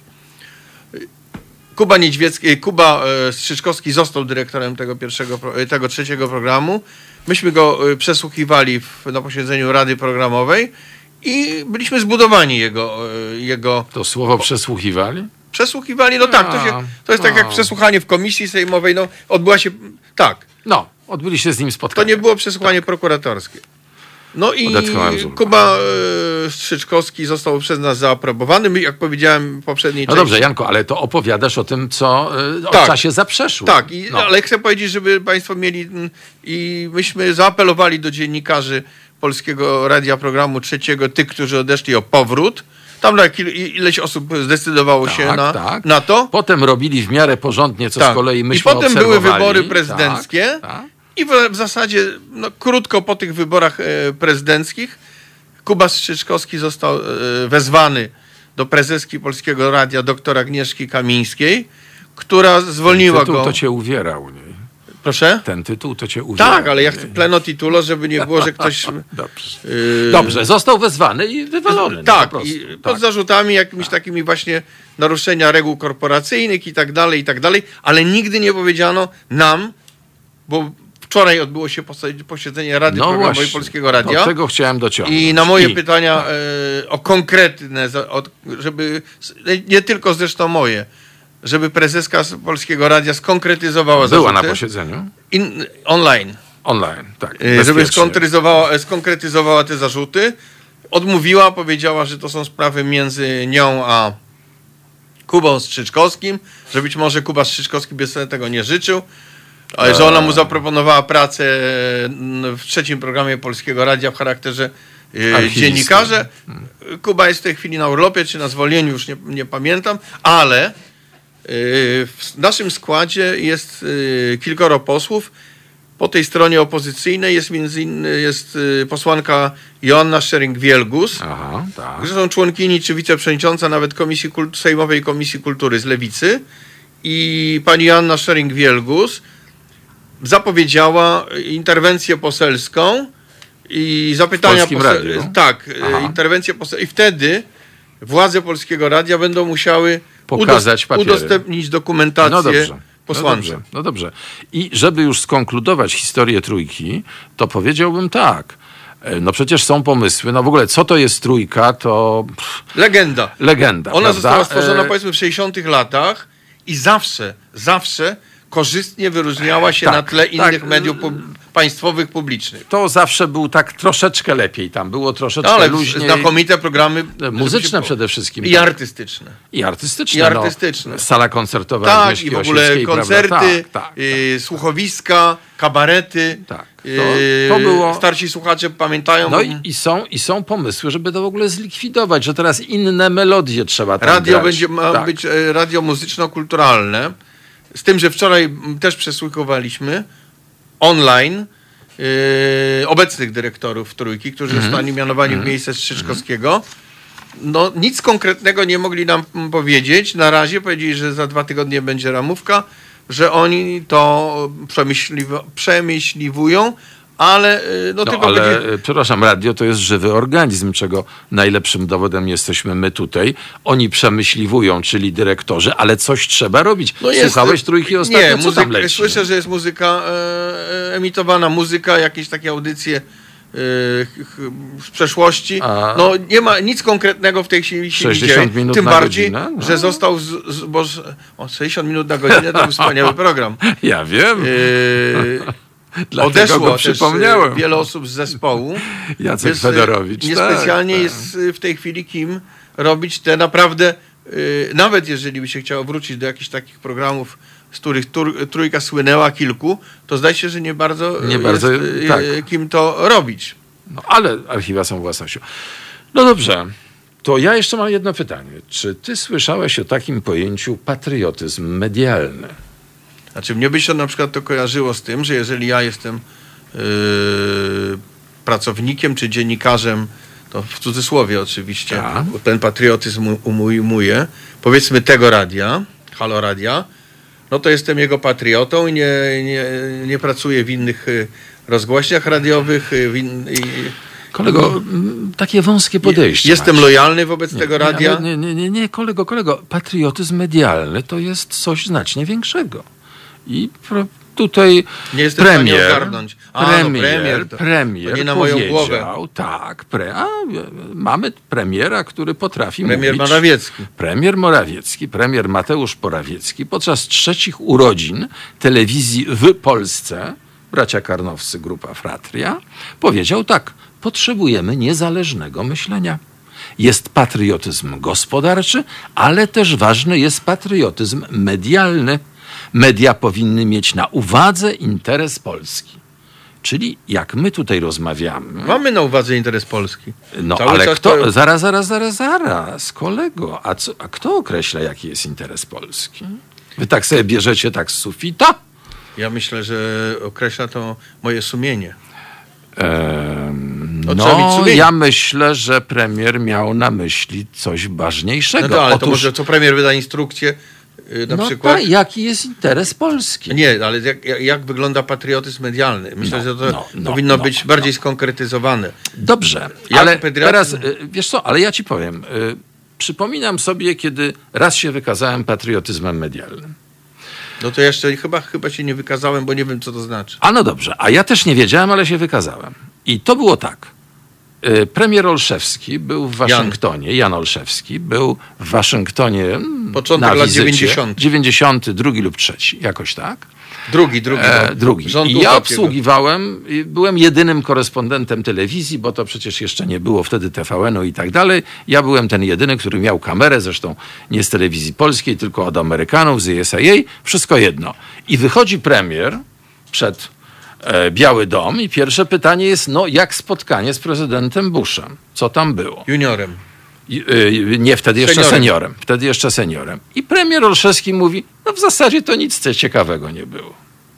Kuba Strzyczkowski został dyrektorem tego trzeciego programu. Myśmy go przesłuchiwali na posiedzeniu Rady Programowej i byliśmy zbudowani jego... To słowo przesłuchiwali? Przesłuchiwali, no tak, to jest tak jak przesłuchanie w komisji sejmowej, no odbyła się, tak. No, odbyli się z nim spotkania. To nie było przesłuchanie prokuratorskie. No i Kuba Strzyczkowski został przez nas zaaprobowany. My, jak powiedziałem w poprzedniej części... No dobrze, Janko, ale to opowiadasz o tym, co o czasie zaprzeszło. Tak, ale chcę powiedzieć, żeby państwo mieli... I myśmy zaapelowali do dziennikarzy Polskiego Radia Programu Trzeciego, tych, którzy odeszli, o powrót. Tam ileś osób zdecydowało się na to. Potem robili w miarę porządnie, co z kolei myśmy obserwowali. I potem były wybory prezydenckie. I w zasadzie krótko po tych wyborach prezydenckich Kuba Strzyczkowski został wezwany do prezeski Polskiego Radia dr Agnieszki Kamińskiej, która zwolniła go. Ten tytuł to cię uwierał. Nie? Proszę? Ten tytuł to cię uwierał. Tak, ale ja chcę pleno titulo, żeby nie było, że ktoś... Dobrze, został wezwany i wywalony. Tak, pod zarzutami jakimiś takimi właśnie naruszenia reguł korporacyjnych i tak dalej, ale nigdy nie powiedziano nam, bo wczoraj odbyło się posiedzenie Rady Programowej Polskiego Radia. Do tego chciałem dociągnąć. I na moje pytania o konkretne, żeby nie tylko zresztą moje, żeby prezeska Polskiego Radia skonkretyzowała zarzuty. Była na posiedzeniu? Online. Online, tak. Żeby skonkretyzowała te zarzuty. Odmówiła, powiedziała, że to są sprawy między nią a Kubą Strzyczkowskim, że być może Kuba Strzyczkowski by sobie tego nie życzył, ale że ona mu zaproponowała pracę w trzecim programie Polskiego Radia w charakterze dziennikarza. Kuba jest w tej chwili na urlopie, czy na zwolnieniu, już nie pamiętam, ale w naszym składzie jest kilkoro posłów. Po tej stronie opozycyjnej jest między innymi posłanka Joanna Schering-Wielgus, zresztą członkini czy wiceprzewodnicząca nawet Sejmowej Komisji Kultury z Lewicy, i pani Joanna Schering-Wielgus zapowiedziała interwencję poselską i zapytania interwencję poselską, i wtedy władze Polskiego Radia będą musiały pokazać udostępnić dokumentację posłance. No dobrze. I żeby już skonkludować historię Trójki, to powiedziałbym tak. No przecież są pomysły. No w ogóle, co to jest Trójka, to... Legenda. Ona została stworzona powiedzmy w 60 latach i zawsze korzystnie wyróżniała się na tle innych mediów państwowych, publicznych. To zawsze był tak troszeczkę lepiej. Tam było troszeczkę luźniej. Znakomite programy. Muzyczne przede wszystkim. I artystyczne. I artystyczne. Sala koncertowa Agnieszki i w ogóle koncerty, słuchowiska, kabarety. Tak. To było... Starsi słuchacze pamiętają. No i są pomysły, żeby to w ogóle zlikwidować, że teraz inne melodie trzeba tam grać. Ma być radio muzyczno-kulturalne. Z tym, że wczoraj też przesłuchowaliśmy online obecnych dyrektorów Trójki, którzy zostali mianowani w miejsce Strzyczkowskiego. No, nic konkretnego nie mogli nam powiedzieć. Na razie powiedzieli, że za 2 tygodnie będzie ramówka, że oni to przemyśliwują, ale tylko będzie... Przepraszam, radio to jest żywy organizm, czego najlepszym dowodem jesteśmy my tutaj. Oni przemyśliwują, czyli dyrektorzy, ale coś trzeba robić. Słuchałeś Trójki ostatnio? Nie, co tam leci? słyszę, że jest muzyka, emitowana muzyka, jakieś takie audycje z przeszłości. No nie ma nic konkretnego w tej chwili się 60 minut tym na bardziej, godzinę? że został 60 minut na godzinę to był wspaniały program. Ja wiem. Dlatego Odeszło go przypomniałem. też wiele osób z zespołu. Jacek Fedorowicz. Niespecjalnie tak. jest w tej chwili kim robić te naprawdę, nawet jeżeli by się chciało wrócić do jakichś takich programów, z których Trójka słynęła kilku, to zdaje się, że nie bardzo jest kim to robić. No, ale archiwa są własnością. No dobrze, to ja jeszcze mam jedno pytanie. Czy ty słyszałeś o takim pojęciu patriotyzm medialny? Znaczy mnie by się na przykład to kojarzyło z tym, że jeżeli ja jestem pracownikiem czy dziennikarzem, to w cudzysłowie oczywiście, bo ten patriotyzm ujmuję, powiedzmy tego radia, Halo Radia, no to jestem jego patriotą i nie pracuję w innych rozgłośniach radiowych. Kolego, takie wąskie podejście. Jestem lojalny wobec tego radia. Nie, kolego. Patriotyzm medialny to jest coś znacznie większego. I tutaj nie jestem premier ogarnąć. Premier nie na moją powiedział, głowę. Tak, mamy premiera, który potrafi Premier mówić. Morawiecki. Premier Mateusz Morawiecki podczas 3 urodzin telewizji w Polsce, bracia Karnowscy, grupa Fratria, powiedział tak: potrzebujemy niezależnego myślenia. Jest patriotyzm gospodarczy, ale też ważny jest patriotyzm medialny. Media powinny mieć na uwadze interes Polski. Czyli jak my tutaj rozmawiamy... Mamy na uwadze interes Polski. No ale kto... Zaraz, kolego. A kto określa, jaki jest interes Polski? Wy tak sobie bierzecie tak z sufita? Ja myślę, że określa to moje sumienie. Ja myślę, że premier miał na myśli coś ważniejszego. No to, ale to może co premier wyda instrukcję na przykład? Tak, jaki jest interes Polski? Nie, ale jak wygląda patriotyzm medialny? Myślę, że to powinno być bardziej skonkretyzowane. Dobrze, ale teraz, wiesz co, ale ja ci powiem. Przypominam sobie, kiedy raz się wykazałem patriotyzmem medialnym. No to jeszcze chyba się nie wykazałem, bo nie wiem, co to znaczy. A no dobrze, a ja też nie wiedziałem, ale się wykazałem. I to było tak. Premier Olszewski był w Waszyngtonie, Jan Olszewski był w Waszyngtonie początek lat 90. 92 lub 3, jakoś tak. Drugi. I ja obsługiwałem, byłem jedynym korespondentem telewizji, bo to przecież jeszcze nie było wtedy TVN-u i tak dalej. Ja byłem ten jedyny, który miał kamerę, zresztą nie z telewizji polskiej, tylko od Amerykanów, z ESA, wszystko jedno. I wychodzi premier przed Biały Dom i pierwsze pytanie jest, jak spotkanie z prezydentem Bushem? Co tam było? Juniorem. Nie, wtedy jeszcze seniorem. I premier Olszewski mówi, w zasadzie to nic ciekawego nie było.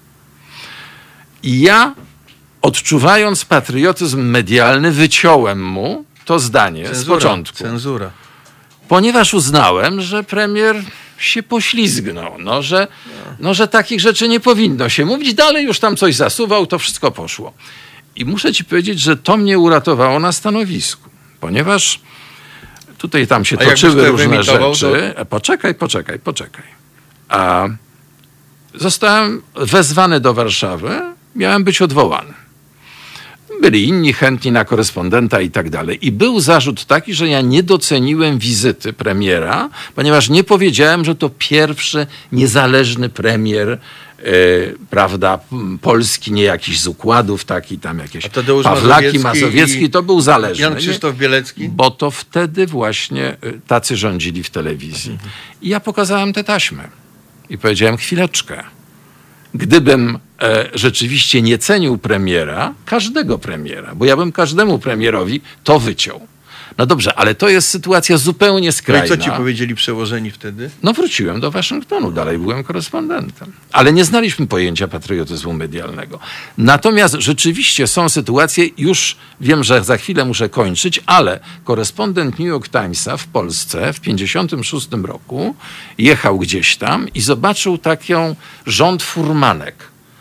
I ja, odczuwając patriotyzm medialny, wyciąłem mu to zdanie z początku. Cenzura. Ponieważ uznałem, że premier się poślizgnął, że takich rzeczy nie powinno się mówić. Dalej już tam coś zasuwał, to wszystko poszło. I muszę ci powiedzieć, że to mnie uratowało na stanowisku, ponieważ tutaj tam się toczyły różne rzeczy. To... Poczekaj. A zostałem wezwany do Warszawy, miałem być odwołany. Byli inni chętni na korespondenta i tak dalej. I był zarzut taki, że ja nie doceniłem wizyty premiera, ponieważ nie powiedziałem, że to pierwszy niezależny premier, prawda, Polski, nie jakiś z układów, taki tam jakieś Pawlaki, Mazowiecki, to był zależny. Jan Krzysztof Bielecki? Bo to wtedy właśnie tacy rządzili w telewizji. I ja pokazałem te taśmy i powiedziałem, chwileczkę. Gdybym rzeczywiście nie cenił premiera, każdego premiera, bo ja bym każdemu premierowi to wyciął. No dobrze, ale to jest sytuacja zupełnie No skrajna. i co ci powiedzieli przełożeni wtedy? No wróciłem do Waszyngtonu, dalej byłem korespondentem. Ale nie znaliśmy pojęcia patriotyzmu medialnego. Natomiast rzeczywiście są sytuacje, już wiem, że za chwilę muszę kończyć, ale korespondent New York Timesa w Polsce w 1956 roku jechał gdzieś tam i zobaczył taką rząd furmanek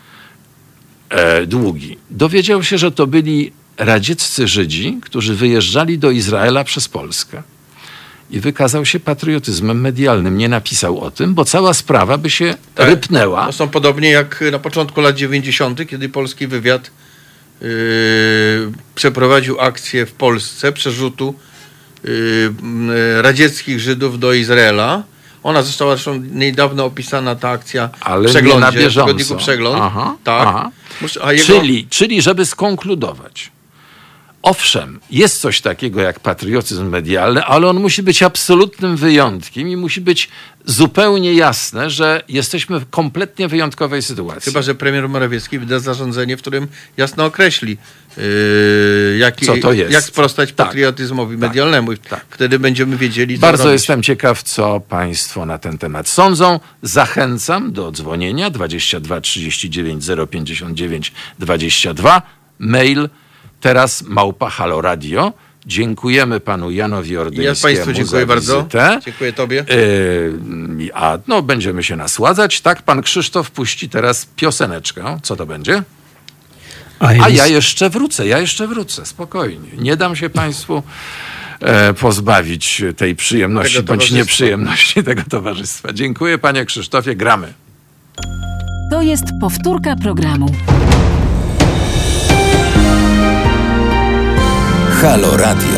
długi. Dowiedział się, że to byli radzieccy Żydzi, którzy wyjeżdżali do Izraela przez Polskę. I wykazał się patriotyzmem medialnym. Nie napisał o tym, bo cała sprawa by się rypnęła. No są podobnie jak na początku lat 90., kiedy polski wywiad przeprowadził akcję w Polsce przerzutu radzieckich Żydów do Izraela. Ona została zresztą niedawno opisana, ta akcja, ale w Przeglądzie, nie na bieżąco. w tygodniku Przegląd. Aha, tak. aha. Jego... Czyli, żeby skonkludować, owszem, jest coś takiego jak patriotyzm medialny, ale on musi być absolutnym wyjątkiem i musi być zupełnie jasne, że jesteśmy w kompletnie wyjątkowej sytuacji. Chyba że premier Morawiecki wyda zarządzenie, w którym jasno określi, co to jest. jak sprostać Tak. patriotyzmowi medialnemu. Tak. Wtedy będziemy wiedzieli, co Bardzo robić. jestem ciekaw, co Państwo na ten temat sądzą. Zachęcam do dzwonienia 22 39 059 22. Mail teraz @Halo Radio. Dziękujemy panu Janowi Ordyńskiemu Ja Państwu dziękuję za bardzo. wizytę. Dziękuję tobie. Będziemy się nasładzać. Tak, pan Krzysztof puści teraz pioseneczkę. Co to będzie? A ja jeszcze wrócę, spokojnie. Nie dam się Państwu pozbawić tej przyjemności Tego bądź towarzystwa. nieprzyjemności tego towarzystwa. Dziękuję, panie Krzysztofie, gramy. To jest powtórka programu. Halo Radio.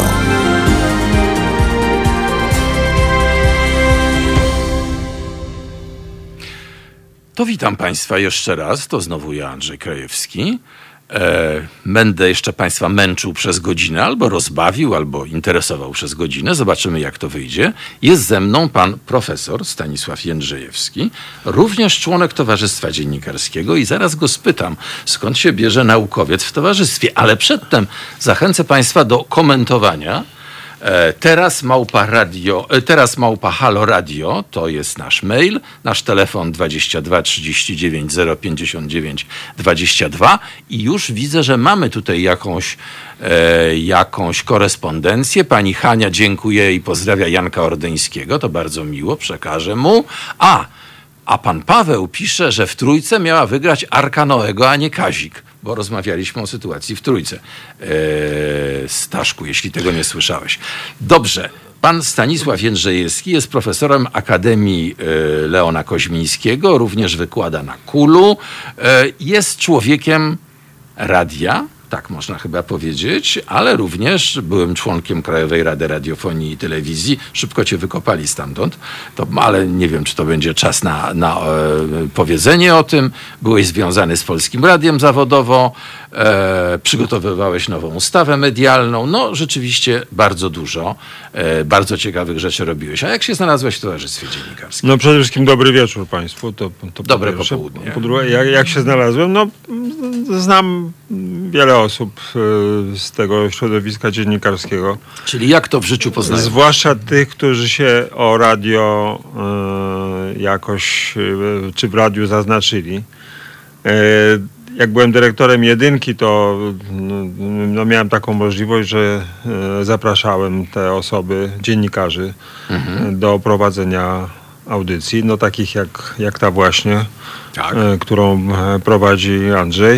To witam Państwa jeszcze raz. To znowu ja, Andrzej Krajewski. Będę jeszcze Państwa męczył przez godzinę, albo rozbawił, albo interesował przez godzinę. Zobaczymy, jak to wyjdzie. Jest ze mną pan profesor Stanisław Jędrzejewski, również członek Towarzystwa Dziennikarskiego i zaraz go spytam, skąd się bierze naukowiec w towarzystwie. Ale przedtem zachęcę Państwa do komentowania. Teraz @Halo Radio, to jest nasz mail, nasz telefon 22 39 059 22 i już widzę, że mamy tutaj jakąś korespondencję. Pani Hania dziękuję i pozdrawia Janka Ordyńskiego, to bardzo miło, przekażę mu. A pan Paweł pisze, że w Trójce miała wygrać Arka Noego, a nie Kazik, bo rozmawialiśmy o sytuacji w Trójce. Staszku, jeśli tego nie słyszałeś. Dobrze. Pan Stanisław Jędrzejewski jest profesorem Akademii Leona Koźmińskiego, również wykłada na KUL-u. Jest człowiekiem radia, tak można chyba powiedzieć, ale również byłym członkiem Krajowej Rady Radiofonii i Telewizji. Szybko cię wykopali stamtąd, ale nie wiem, czy to będzie czas na powiedzenie o tym. Byłeś związany z Polskim Radiem zawodowo, przygotowywałeś nową ustawę medialną. No rzeczywiście bardzo dużo, bardzo ciekawych rzeczy robiłeś. A jak się znalazłeś w Towarzystwie Dziennikarskim? No przede wszystkim dobry wieczór Państwu. To Dobre po pierwsze. popołudnie. Po drugie, jak się znalazłem? No znam wiele osób z tego środowiska dziennikarskiego. Czyli jak to w życiu poznałeś? Zwłaszcza tych, którzy się o radio jakoś, czy w radiu zaznaczyli. Jak byłem dyrektorem Jedynki, to miałem taką możliwość, że zapraszałem te osoby, dziennikarzy, do prowadzenia audycji, no takich jak ta właśnie, Tak. którą prowadzi Andrzej.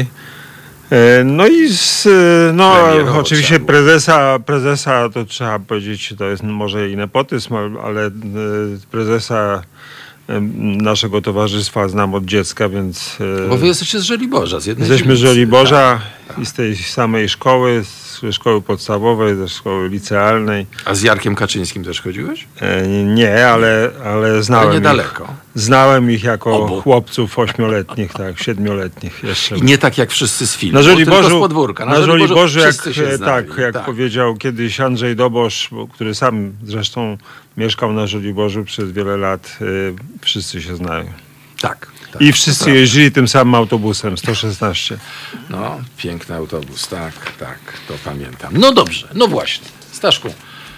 No i Premierowo oczywiście trzeba prezesa, to trzeba powiedzieć, to jest może i nepotyzm, ale prezesa naszego towarzystwa znam od dziecka, więc... Bo wy jesteście z Żoliborza, z jednej Jesteśmy z dzielnicy. Żoliborza i z tej samej szkoły, z szkoły podstawowej, ze szkoły licealnej. A z Jarkiem Kaczyńskim też chodziłeś? Nie, ale znałem Ale niedaleko. Znałem ich jako Obu. chłopców 8-letnich, tak, 7-letnich jeszcze. I nie tak jak wszyscy z filmu, Na tylko z Żoliborzu, podwórka. na Żoliborzu wszyscy się znali. jak powiedział kiedyś Andrzej Dobosz, który sam zresztą mieszkał na Żoliborzu przez wiele lat, wszyscy się znają. Tak. I wszyscy jeździli tym samym autobusem, 116. No, piękny autobus, tak, to pamiętam. No dobrze, no właśnie. Staszku,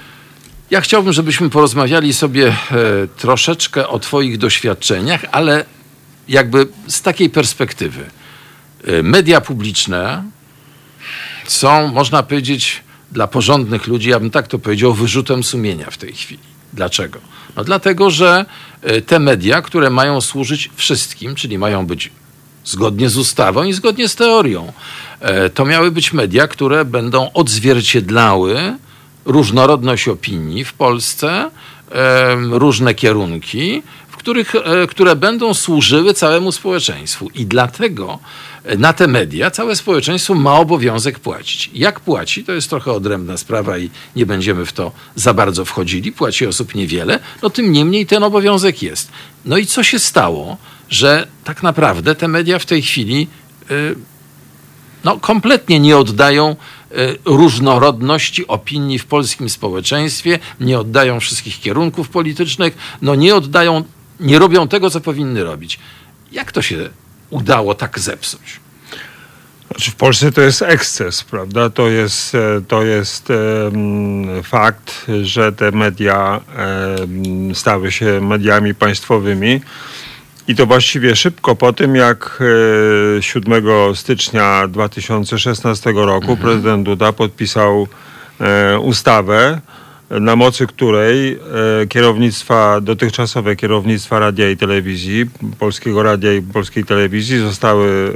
Ja chciałbym, żebyśmy porozmawiali sobie troszeczkę o twoich doświadczeniach, ale jakby z takiej perspektywy. Media publiczne są, można powiedzieć, dla porządnych ludzi, ja bym tak to powiedział, wyrzutem sumienia w tej chwili. Dlaczego? No dlatego, że te media, które mają służyć wszystkim, czyli mają być zgodnie z ustawą i zgodnie z teorią, to miały być media, które będą odzwierciedlały różnorodność opinii w Polsce, różne kierunki, które będą służyły całemu społeczeństwu. I dlatego na te media całe społeczeństwo ma obowiązek płacić. Jak płaci, to jest trochę odrębna sprawa i nie będziemy w to za bardzo wchodzili. Płaci osób niewiele, no tym niemniej ten obowiązek jest. No i co się stało, że tak naprawdę te media w tej chwili kompletnie nie oddają różnorodności opinii w polskim społeczeństwie, nie oddają wszystkich kierunków politycznych, nie robią tego, co powinny robić. Jak to się udało tak zepsuć? Znaczy w Polsce to jest eksces, prawda? To jest fakt, że te media stały się mediami państwowymi. I to właściwie szybko po tym, jak 7 stycznia 2016 roku prezydent Duda podpisał ustawę, na mocy której dotychczasowe kierownictwa radia i telewizji, Polskiego Radia i Polskiej Telewizji zostały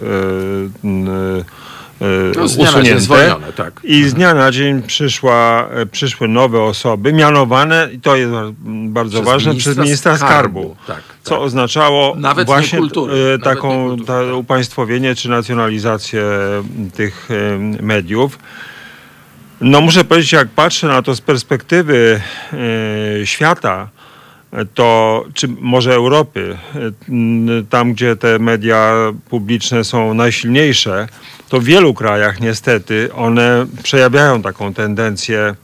usunięte. Zwolnione, tak. I z dnia na dzień przyszły nowe osoby, mianowane, i to jest bardzo ważne, przez ministra skarbu. Tak. Co oznaczało nawet właśnie taką upaństwowienie czy nacjonalizację tych mediów. No muszę powiedzieć, jak patrzę na to z perspektywy świata, czy może Europy, tam gdzie te media publiczne są najsilniejsze, to w wielu krajach niestety one przejawiają taką tendencję,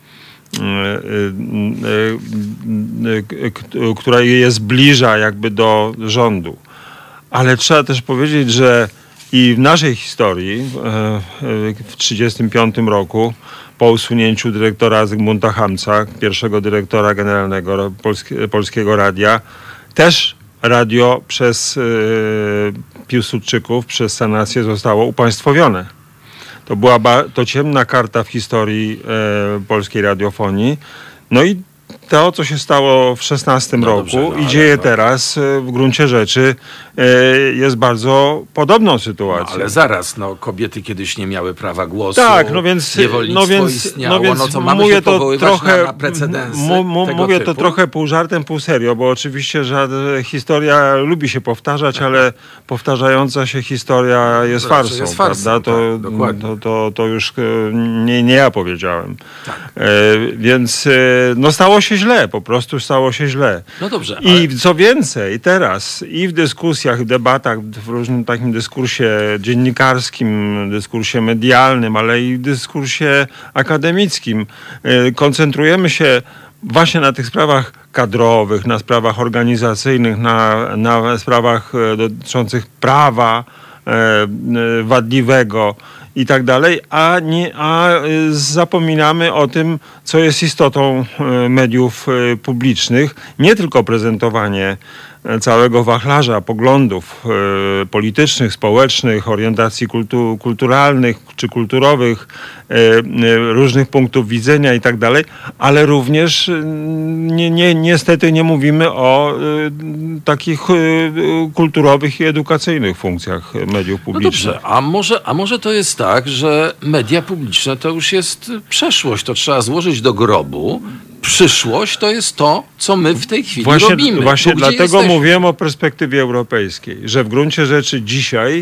która je zbliża jakby do rządu. Ale trzeba też powiedzieć, że i w naszej historii w 1935 roku po usunięciu dyrektora Zygmunta Hamca, pierwszego dyrektora generalnego Polskiego Radia, też radio przez Piłsudczyków, przez sanację zostało upaństwowione. To ciemna karta w historii polskiej radiofonii. No i to, co się stało w 2016 roku i dzieje teraz, w gruncie rzeczy jest bardzo podobną sytuacją. Ale zaraz, kobiety kiedyś nie miały prawa głosu. Tak, niewolnictwo istniało, co mamy się powoływać na precedensy mówię to trochę pół żartem, pół serio, bo oczywiście, że historia lubi się powtarzać, ale powtarzająca się historia jest farsą, prawda? To już nie ja powiedziałem. Tak. Więc stało się źle, po prostu stało się źle. No dobrze. I co więcej, teraz i w dyskusjach, w debatach, w różnym takim dyskursie dziennikarskim, dyskursie medialnym, ale i w dyskursie akademickim koncentrujemy się właśnie na tych sprawach kadrowych, na sprawach organizacyjnych, na sprawach dotyczących prawa wadliwego i tak dalej, a zapominamy o tym, co jest istotą mediów publicznych. Nie tylko prezentowanie całego wachlarza poglądów politycznych, społecznych, orientacji kulturalnych czy kulturowych, różnych punktów widzenia i tak dalej, ale również niestety nie mówimy o takich kulturowych i edukacyjnych funkcjach mediów publicznych. No dobrze, a może to jest tak, że media publiczne to już jest przeszłość, to trzeba złożyć do grobu. Przyszłość to jest to, co my w tej chwili robimy. Właśnie dlatego mówiłem o perspektywie europejskiej, że w gruncie rzeczy dzisiaj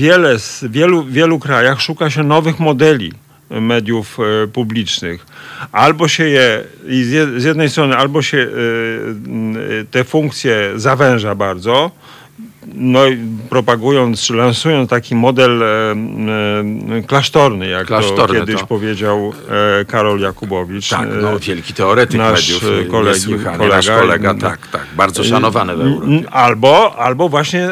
w wielu krajach szuka się nowych modeli mediów publicznych. Albo się z jednej strony albo się te funkcje zawęża bardzo, no, propagując, czy lansując taki model klasztorny, jak to kiedyś powiedział Karol Jakubowicz. Tak, no, wielki teoretyk nasz mediów, nasz kolega, tak, bardzo szanowany w Europie. Albo właśnie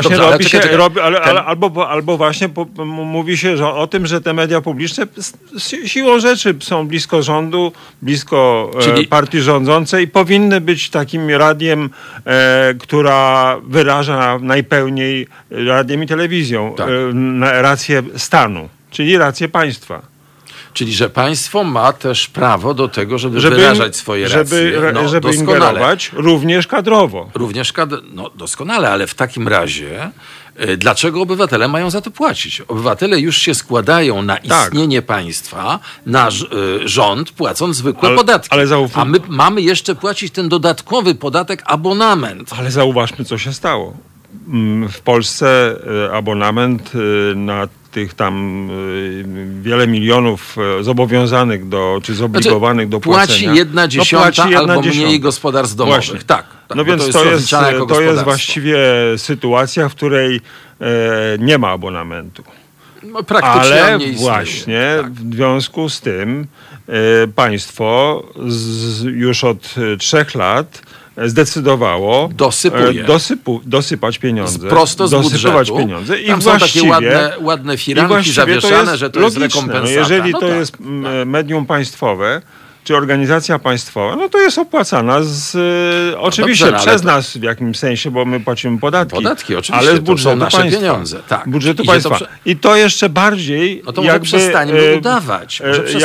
mówi się że o tym, że te media publiczne siłą rzeczy są blisko rządu, blisko partii rządzącej, powinny być takim radiem, która wyraża najpełniej, radiem i telewizją, rację stanu, czyli rację państwa. Czyli, że państwo ma też prawo do tego, żeby wyrażać swoje racje. Żeby ingerować również kadrowo. Doskonale, ale w takim razie dlaczego obywatele mają za to płacić? Obywatele już się składają na istnienie państwa, na rząd, płacąc zwykłe podatki. A my mamy jeszcze płacić ten dodatkowy podatek, abonament. Ale zauważmy, co się stało. W Polsce abonament na tych tam wiele milionów zobowiązanych czy zobligowanych do płacenia. Płaci 1/10 albo mniej gospodarstw domowych. Właśnie. Tak. No więc to jest właściwie sytuacja, w której nie ma abonamentu. No, praktycznie ale nie istnieje. Właśnie w związku z tym państwo już od 3 lat zdecydowało dosypać pieniądze. Prosto z budżetu. Pieniądze. Tam są takie ładne firanki zawieszane, że to jest rekompensata. No jeżeli to jest medium państwowe, czy organizacja państwowa, no to jest opłacana oczywiście przez nas w jakimś sensie, bo my płacimy podatki. Podatki, oczywiście, ale z budżetu nasze państwa. Pieniądze. Tak. Budżetu państwa. I to jeszcze bardziej no to może przestańmy udawać.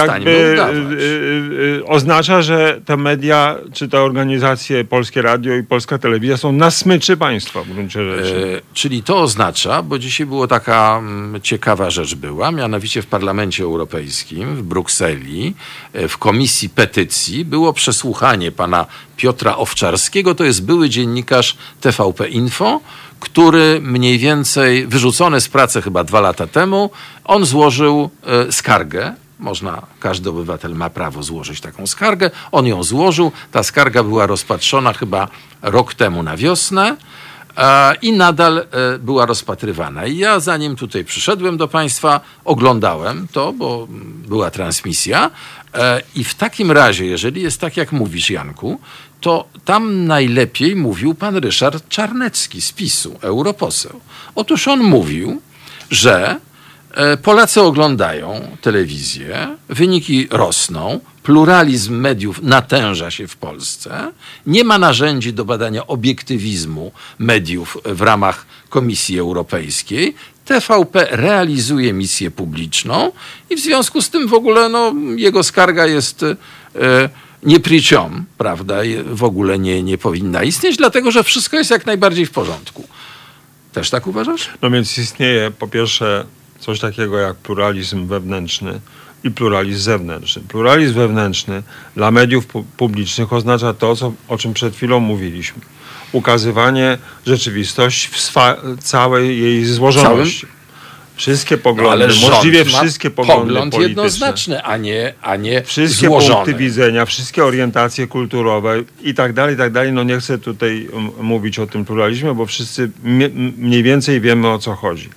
Oznacza, że te media, czy te organizacje, Polskie Radio i Polska Telewizja są na smyczy państwa w gruncie rzeczy. Czyli to oznacza, bo dzisiaj była taka ciekawa rzecz mianowicie w Parlamencie Europejskim, w Brukseli, w Komisji Petycji było przesłuchanie pana Piotra Owczarskiego, to jest były dziennikarz TVP Info, który mniej więcej wyrzucony z pracy chyba 2 lata temu, on złożył skargę. Każdy obywatel ma prawo złożyć taką skargę. On ją złożył. Ta skarga była rozpatrzona chyba rok temu na wiosnę i nadal była rozpatrywana. I ja zanim tutaj przyszedłem do państwa, oglądałem to, bo była transmisja i w takim razie, jeżeli jest tak jak mówisz, Janku, to tam najlepiej mówił pan Ryszard Czarnecki z PiS-u, europoseł. Otóż on mówił, że Polacy oglądają telewizję, wyniki rosną, pluralizm mediów natęża się w Polsce, nie ma narzędzi do badania obiektywizmu mediów w ramach Komisji Europejskiej, TVP realizuje misję publiczną i w związku z tym w ogóle jego skarga jest nie priciom, prawda, w ogóle nie powinna istnieć, dlatego że wszystko jest jak najbardziej w porządku. Też tak uważasz? No więc istnieje po pierwsze coś takiego jak pluralizm wewnętrzny i pluralizm zewnętrzny. Pluralizm wewnętrzny dla mediów publicznych oznacza to, o czym przed chwilą mówiliśmy. Ukazywanie rzeczywistości w całej jej złożoności. Wszystkie poglądy, możliwie wszystkie poglądy polityczne. Jednoznaczny, a nie wszystkie złożone. Punkty widzenia, wszystkie orientacje kulturowe i tak dalej. No nie chcę tutaj mówić o tym pluralizmie, bo wszyscy mniej więcej wiemy, o co chodzi.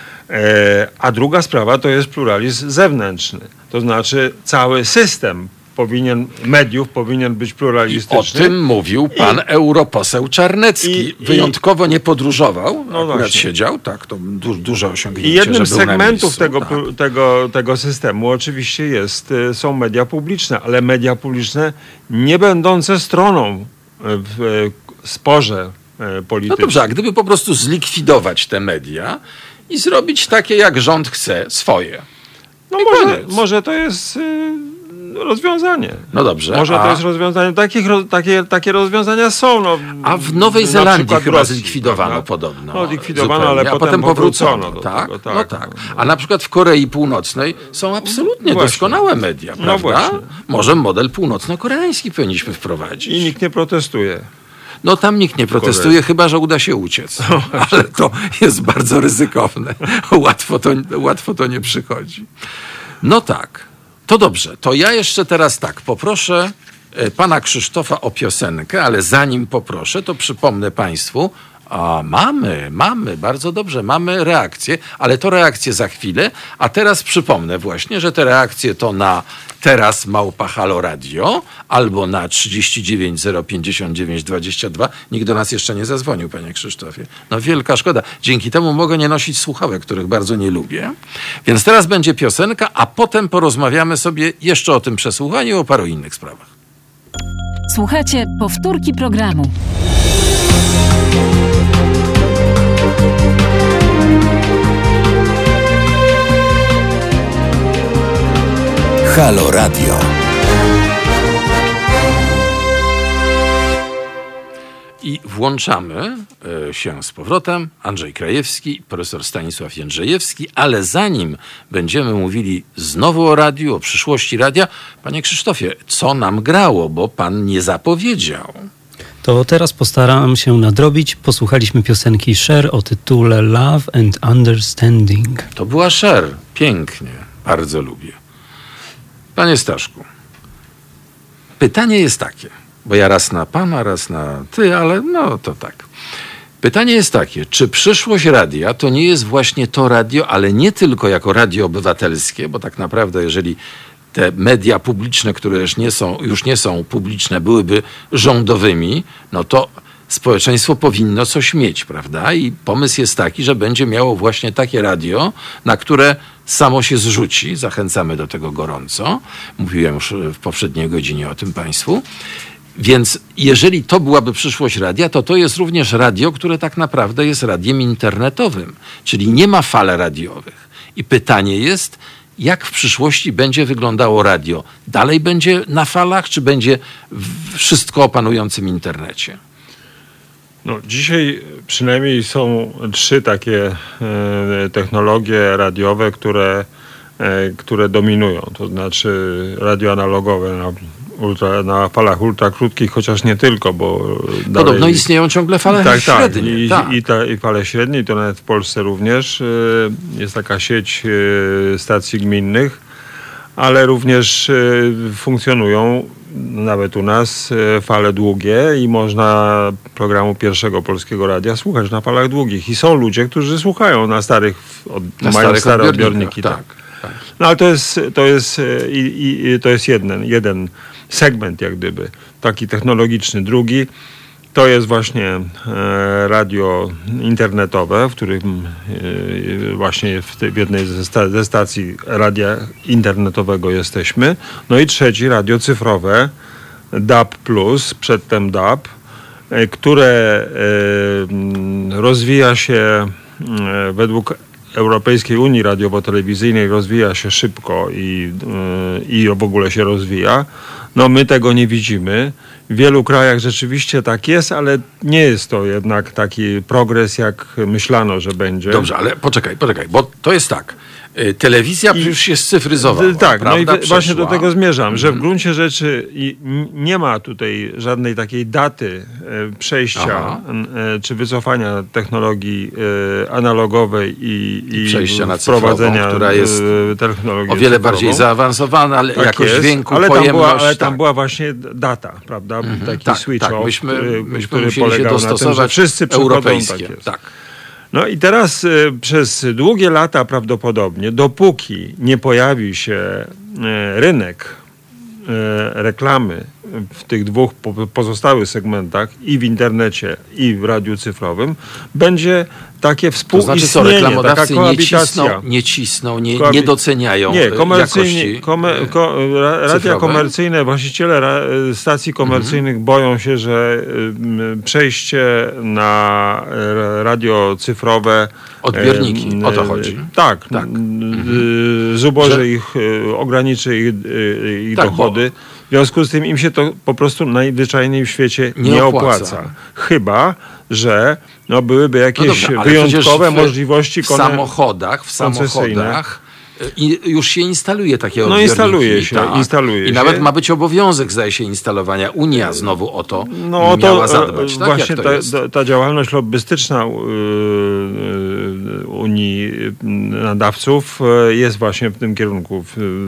A druga sprawa to jest pluralizm zewnętrzny. To znaczy cały system mediów powinien być pluralistyczny. I o tym mówił pan europoseł Czarnecki. Wyjątkowo nie podróżował, akurat właśnie siedział, tak, to duże osiągnięcie. I jednym z segmentów tego systemu oczywiście są media publiczne, ale media publiczne nie będące stroną w sporze politycznym. No dobrze, a gdyby po prostu zlikwidować te media i zrobić takie, jak rząd chce, swoje. No może to jest rozwiązanie. No dobrze. Może to jest rozwiązanie. Takie rozwiązania są. A w Nowej Zelandii chyba zlikwidowano podobno. No zlikwidowano, ale potem powrócono do tego. Tak? No tak. A na przykład w Korei Północnej są absolutnie doskonałe media, prawda? No właśnie. Może model północno-koreański powinniśmy wprowadzić. I nikt nie protestuje. No tam nikt nie protestuje, chyba że uda się uciec. Ale to jest bardzo ryzykowne. Łatwo to nie przychodzi. No tak. To dobrze. To ja jeszcze teraz tak poproszę pana Krzysztofa o piosenkę, ale zanim poproszę, to przypomnę państwu Mamy, bardzo dobrze, mamy reakcje, ale to reakcje za chwilę, a teraz przypomnę właśnie, że te reakcje to na teraz @Halo Radio albo na 39 059 22. Nikt do nas jeszcze nie zadzwonił, panie Krzysztofie. No wielka szkoda. Dzięki temu mogę nie nosić słuchawek, których bardzo nie lubię. Więc teraz będzie piosenka, a potem porozmawiamy sobie jeszcze o tym przesłuchaniu i o paru innych sprawach. Słuchacie powtórki programu. Halo Radio. I włączamy się z powrotem. Andrzej Krajewski, profesor Stanisław Jędrzejewski, ale zanim będziemy mówili znowu o radiu, o przyszłości radia, panie Krzysztofie, co nam grało, bo pan nie zapowiedział. To teraz postaram się nadrobić. Posłuchaliśmy piosenki Cher o tytule Love and Understanding. To była Cher. Pięknie. Bardzo lubię. Panie Staszku, pytanie jest takie, bo ja raz na pana, raz na ty, ale no to tak. Pytanie jest takie, czy przyszłość radia to nie jest właśnie to radio, ale nie tylko jako radio obywatelskie, bo tak naprawdę jeżeli te media publiczne, które już nie są publiczne, byłyby rządowymi, no to społeczeństwo powinno coś mieć, prawda? I pomysł jest taki, że będzie miało właśnie takie radio, na które samo się zrzuci. Zachęcamy do tego gorąco. Mówiłem już w poprzedniej godzinie o tym państwu. Więc jeżeli to byłaby przyszłość radia, to jest również radio, które tak naprawdę jest radiem internetowym, czyli nie ma fal radiowych. I pytanie jest, jak w przyszłości będzie wyglądało radio? Dalej będzie na falach, czy będzie wszystko o panującym internecie? No, dzisiaj przynajmniej są 3 takie technologie radiowe, które dominują. To znaczy radio analogowe na falach ultrakrótkich, chociaż nie tylko, bo podobno istnieją ciągle fale średnie. I fale średnie, i to nawet w Polsce również. Jest taka sieć stacji gminnych, ale również funkcjonują nawet u nas fale długie i można programu Pierwszego Polskiego Radia słuchać na falach długich. I są ludzie, którzy słuchają na starych, mają stare odbiorniki. Tak. No ale to jest jeden segment jak gdyby, taki technologiczny. Drugi to jest właśnie radio internetowe, w którym właśnie w jednej ze stacji radia internetowego jesteśmy. No i trzeci radio cyfrowe, DAB+, przedtem DAB, które rozwija się według Europejskiej Unii Radiowo-Telewizyjnej, rozwija się szybko i w ogóle się rozwija. No my tego nie widzimy. W wielu krajach rzeczywiście tak jest, ale nie jest to jednak taki progres, jak myślano, że będzie. Dobrze, ale poczekaj, bo to jest tak. Telewizja już się scyfryzowała. Tak, prawda? No i właśnie do tego zmierzam, że w gruncie rzeczy nie ma tutaj żadnej takiej daty przejścia czy wycofania technologii analogowej i przejścia na wprowadzenia cyfrową, która jest technologii o wiele cyfrową. bardziej zaawansowana, ale tak jakość jest, dźwięku, ale pojemność. tam była właśnie data, prawda? Taki switch off, myśmy który musieli się polegał na tym, że wszyscy europejskie. Tak. No i teraz przez długie lata prawdopodobnie, dopóki nie pojawi się rynek reklamy w tych 2 pozostałych segmentach, i w internecie, i w radiu cyfrowym, będzie takie współistnienie, to znaczy co, reklamodawcy taka koabitacja. nie doceniają jakości radia cyfrowe? komercyjne, właściciele stacji komercyjnych boją się, że przejście na radio cyfrowe odbiorniki, o to chodzi. Tak. Zuboży ich, ograniczy ich dochody. W związku z tym im się to po prostu najzwyczajniej w świecie nie opłaca. Chyba że byłyby jakieś wyjątkowe możliwości w samochodach i już się instaluje takie odbiorniki. Instaluje się. I nawet ma być obowiązek, zdaje się, instalowania. Unia znowu o to miała zadbać. Tak? Właśnie ta działalność lobbystyczna Unii nadawców jest właśnie w tym kierunku.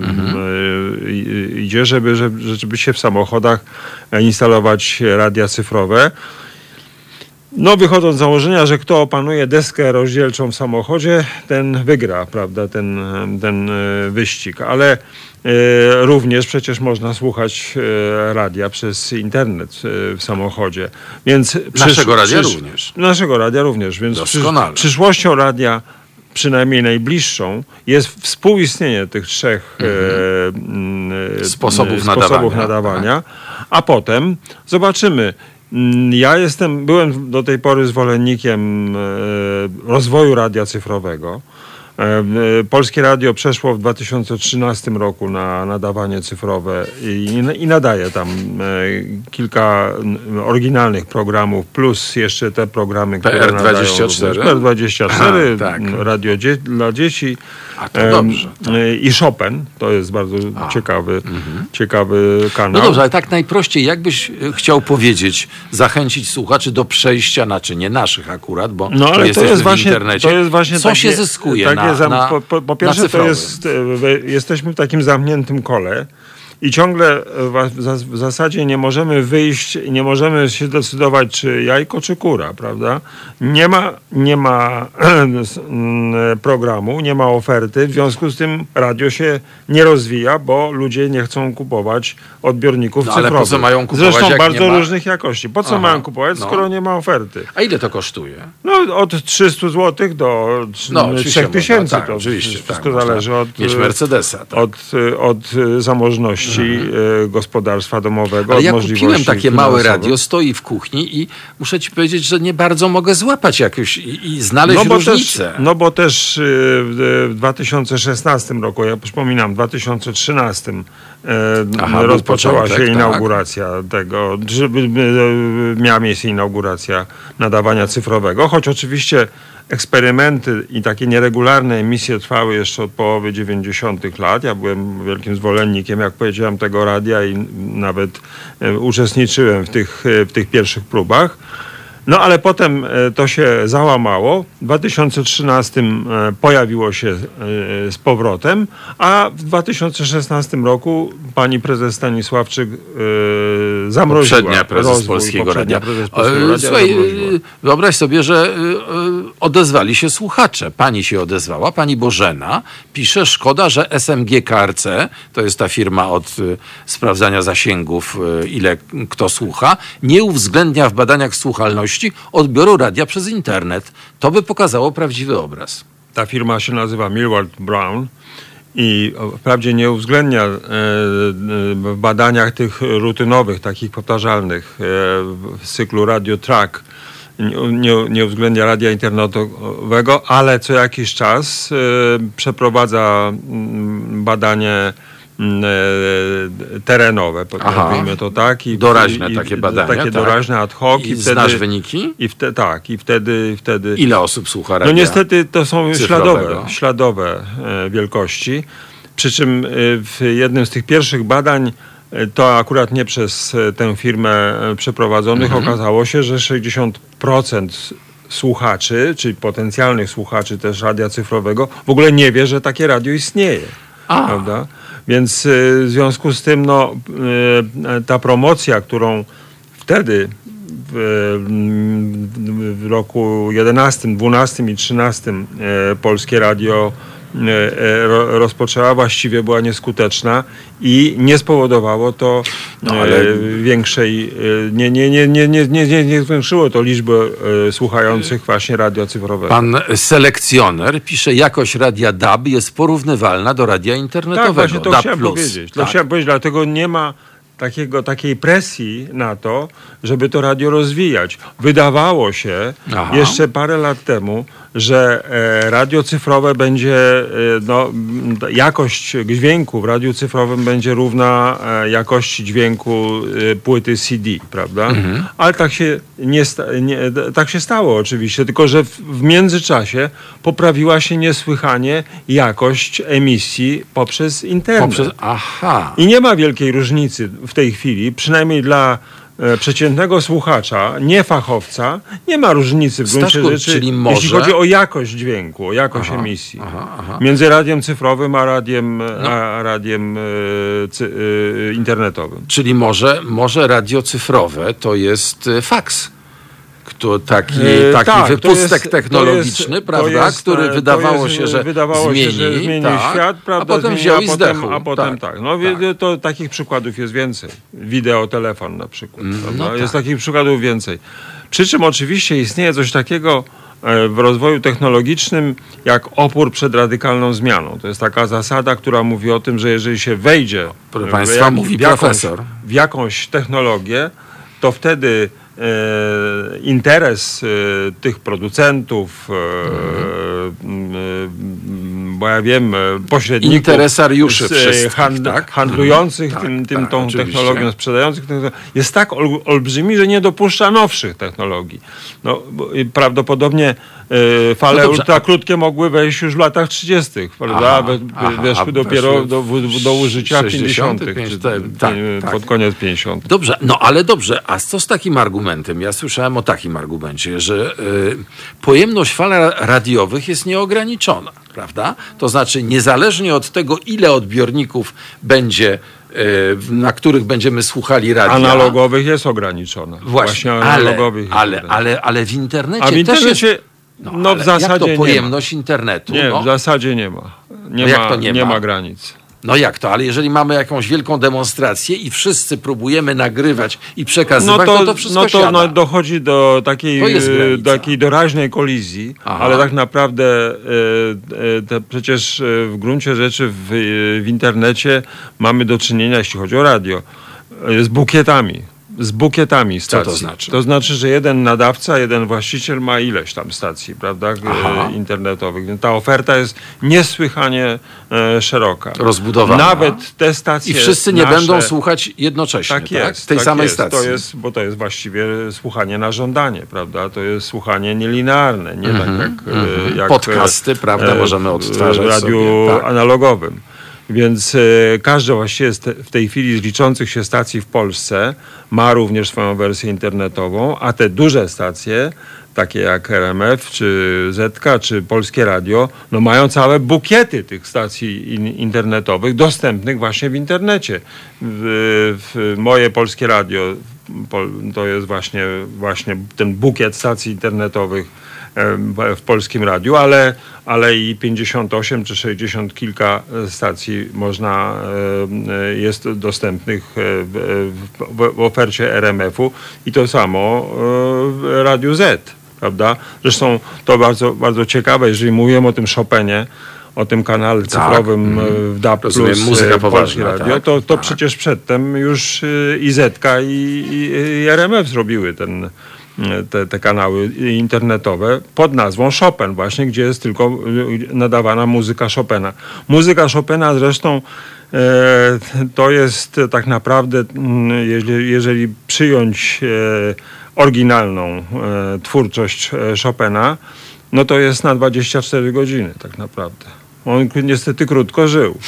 Idzie, żeby rzeczywiście w samochodach instalować radia cyfrowe. No, wychodząc z założenia, że kto opanuje deskę rozdzielczą w samochodzie, ten wygra, prawda, ten wyścig. Ale również przecież można słuchać radia przez internet w samochodzie. Więc Naszego radia również. Naszego radia również. Więc Doskonale. przyszłością radia, przynajmniej najbliższą, jest współistnienie tych trzech Sposobów nadawania. A potem zobaczymy. Byłem do tej pory zwolennikiem rozwoju radia cyfrowego. Polskie Radio przeszło w 2013 roku na nadawanie cyfrowe i nadaje tam kilka oryginalnych programów, plus jeszcze te programy, które PR24. nadają PR24, tak. Radio dla dzieci. A to dobrze. Tak. I Chopin, to jest bardzo ciekawy kanał. No dobrze, ale tak najprościej, jakbyś chciał powiedzieć, zachęcić słuchaczy do przejścia na czynie naszych akurat, bo ale jesteśmy w internecie. To jest właśnie co się zyskuje po pierwsze, to jest, jesteśmy w takim zamkniętym kole i ciągle w zasadzie nie możemy wyjść i nie możemy się decydować, czy jajko, czy kura, prawda? Nie ma programu, nie ma oferty, w związku z tym radio się nie rozwija, bo ludzie nie chcą kupować odbiorników cyfrowych. Ale po co mają kupować, zresztą jak bardzo nie ma... różnych jakości. Po co mają kupować, skoro nie ma oferty? A ile to kosztuje? No, od 300 zł do 3000. Tak, to oczywiście. Wszystko zależy od... Mieć Mercedesa. Tak. Od zamożności gospodarstwa domowego. Ale ja kupiłem takie małe radio, stoi w kuchni i muszę ci powiedzieć, że nie bardzo mogę złapać jakoś i znaleźć różnicę. Bo też w 2016 roku, ja przypominam, w 2013 rozpoczęła się inauguracja tego, miała miejsce inauguracja nadawania cyfrowego, choć oczywiście eksperymenty i takie nieregularne emisje trwały jeszcze od połowy 90. lat. Ja byłem wielkim zwolennikiem, jak powiedziałem, tego radia i nawet uczestniczyłem w tych pierwszych próbach. No ale potem to się załamało. W 2013 pojawiło się z powrotem, a w 2016 roku pani prezes Stanisławczyk zamroziła Poprzednia prezes Polskiego Radia. Słuchaj, wyobraź sobie, że odezwali się słuchacze. Pani się odezwała, pani Bożena pisze: szkoda, że SMG KRC, to jest ta firma od sprawdzania zasięgów, ile kto słucha, nie uwzględnia w badaniach słuchalności odbioru radia przez internet. To by pokazało prawdziwy obraz. Ta firma się nazywa Millward Brown i wprawdzie nie uwzględnia w badaniach tych rutynowych, takich powtarzalnych w cyklu Radio Track, nie uwzględnia radia internetowego, ale co jakiś czas przeprowadza badanie terenowe, nazwijmy to tak. Doraźne takie badania. Takie doraźne ad hoc. I znasz wyniki? I wtedy... Ile osób słucha radia? No niestety to są cyfrowego? śladowe wielkości. Przy czym w jednym z tych pierwszych badań, to akurat nie przez tę firmę przeprowadzonych, okazało się, że 60% słuchaczy, czyli potencjalnych słuchaczy też radia cyfrowego, w ogóle nie wie, że takie radio istnieje. Prawda? Więc w związku z tym ta promocja, którą wtedy w roku 11, 12 i 13 Polskie Radio rozpoczęła, właściwie była nieskuteczna i nie spowodowało to większej, nie zwiększyło to liczby słuchających właśnie radia cyfrowego. Pan selekcjoner pisze: jakość radia DAB jest porównywalna do radia internetowego. Tak, właśnie to DAB+. chciałem powiedzieć. Tak. Chciałem powiedzieć, dlatego nie ma takiej presji na to, żeby to radio rozwijać. Wydawało się jeszcze parę lat temu, że radio cyfrowe będzie, jakość dźwięku w radiu cyfrowym będzie równa jakości dźwięku płyty CD, prawda? Ale tak się stało oczywiście, tylko że w międzyczasie poprawiła się niesłychanie jakość emisji poprzez internet. I nie ma wielkiej różnicy w tej chwili, przynajmniej dla przeciętnego słuchacza, nie fachowca, nie ma różnicy w gruncie rzeczy, jeśli chodzi o jakość dźwięku, o jakość emisji. Między radiem cyfrowym a radiem internetowym. Czyli może radio cyfrowe to jest faks, taki Tak, wypustek technologiczny, prawda, który wydawało się, że zmieni świat, prawda, a potem wziął i zdechł. A potem tak. No, to takich przykładów jest więcej. Wideotelefon na przykład. Jest takich przykładów więcej. Przy czym oczywiście istnieje coś takiego w rozwoju technologicznym jak opór przed radykalną zmianą. To jest taka zasada, która mówi o tym, że jeżeli się wejdzie proszę państwa, mówi profesor, w jakąś technologię, to wtedy interes tych producentów, bo ja wiem, pośredników, interesariuszy wszystkich, handlujących tą technologią, sprzedających jest tak olbrzymi, że nie dopuszcza nowszych technologii. No, prawdopodobnie fale ultrakrótkie mogły wejść już w latach 30., prawda? Weszły dopiero do użycia w 50., pod koniec 50. Dobrze, a co z takim argumentem? Ja słyszałem o takim argumencie, że pojemność fal radiowych jest nieograniczona, prawda? To znaczy niezależnie od tego, ile odbiorników będzie, na których będziemy słuchali radia. Analogowych jest ograniczona. Właśnie analogowych ale w internecie, a w internecie też jest... w zasadzie jak to pojemność internetu? Nie, w zasadzie nie ma. Nie ma granic. No jak to? Ale jeżeli mamy jakąś wielką demonstrację i wszyscy próbujemy nagrywać i przekazywać, to wszystko siada. Dochodzi do takiej doraźnej kolizji, ale tak naprawdę przecież w gruncie rzeczy w internecie mamy do czynienia, jeśli chodzi o radio, z bukietami stacji. Co to znaczy? To znaczy, że jeden nadawca, jeden właściciel ma ileś tam stacji, prawda, internetowych. Więc ta oferta jest niesłychanie szeroka. Rozbudowana. Nawet te stacje i wszyscy nie będą słuchać jednocześnie, tak? Jest, tej samej stacji. Bo to jest właściwie słuchanie na żądanie, prawda? To jest słuchanie nielinearne, nie tak jak podcasty, prawda, możemy odtwarzać w radiu analogowym. Więc każdy właściwie w tej chwili z liczących się stacji w Polsce ma również swoją wersję internetową, a te duże stacje, takie jak RMF, czy Zetka, czy Polskie Radio, no mają całe bukiety tych stacji internetowych dostępnych właśnie w internecie. Moje Polskie Radio to jest właśnie ten bukiet stacji internetowych w Polskim Radiu, ale i 58 czy 60 kilka stacji jest dostępnych w ofercie RMF-u i to samo w Radiu Z, prawda? Zresztą to bardzo, bardzo ciekawe, jeżeli mówimy o tym Chopinie, o tym kanale cyfrowym w DAB+, muzyka Polskie Radio, to przecież przedtem już i Zetka i RMF zrobiły te kanały internetowe pod nazwą Chopin właśnie, gdzie jest tylko nadawana muzyka Chopina. Muzyka Chopina zresztą to jest tak naprawdę, jeżeli przyjąć oryginalną twórczość Chopina, no to jest na 24 godziny tak naprawdę. On niestety krótko żył.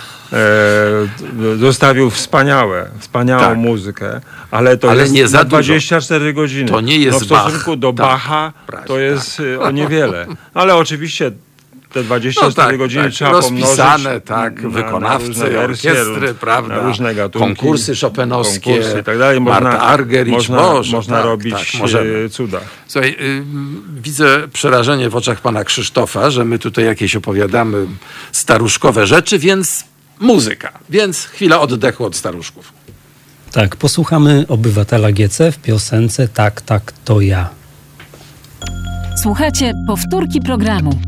Zostawił wspaniałą muzykę, ale jest nie za 24 godziny. To nie jest w stosunku do Bacha to jest o niewiele. Ale oczywiście te 24 godziny trzeba rozpisane, pomnożyć wykonawcy, orkiestry, prawda, różne gatunki, konkursy chopinowskie, i tak dalej. Marta Argerich, można robić cuda. Słuchaj, widzę przerażenie w oczach pana Krzysztofa, że my tutaj jakieś opowiadamy staruszkowe rzeczy, więc muzyka. Więc chwila oddechu od staruszków. Tak, posłuchamy Obywatela GC w piosence Tak, tak, to ja. Słuchajcie powtórki programu.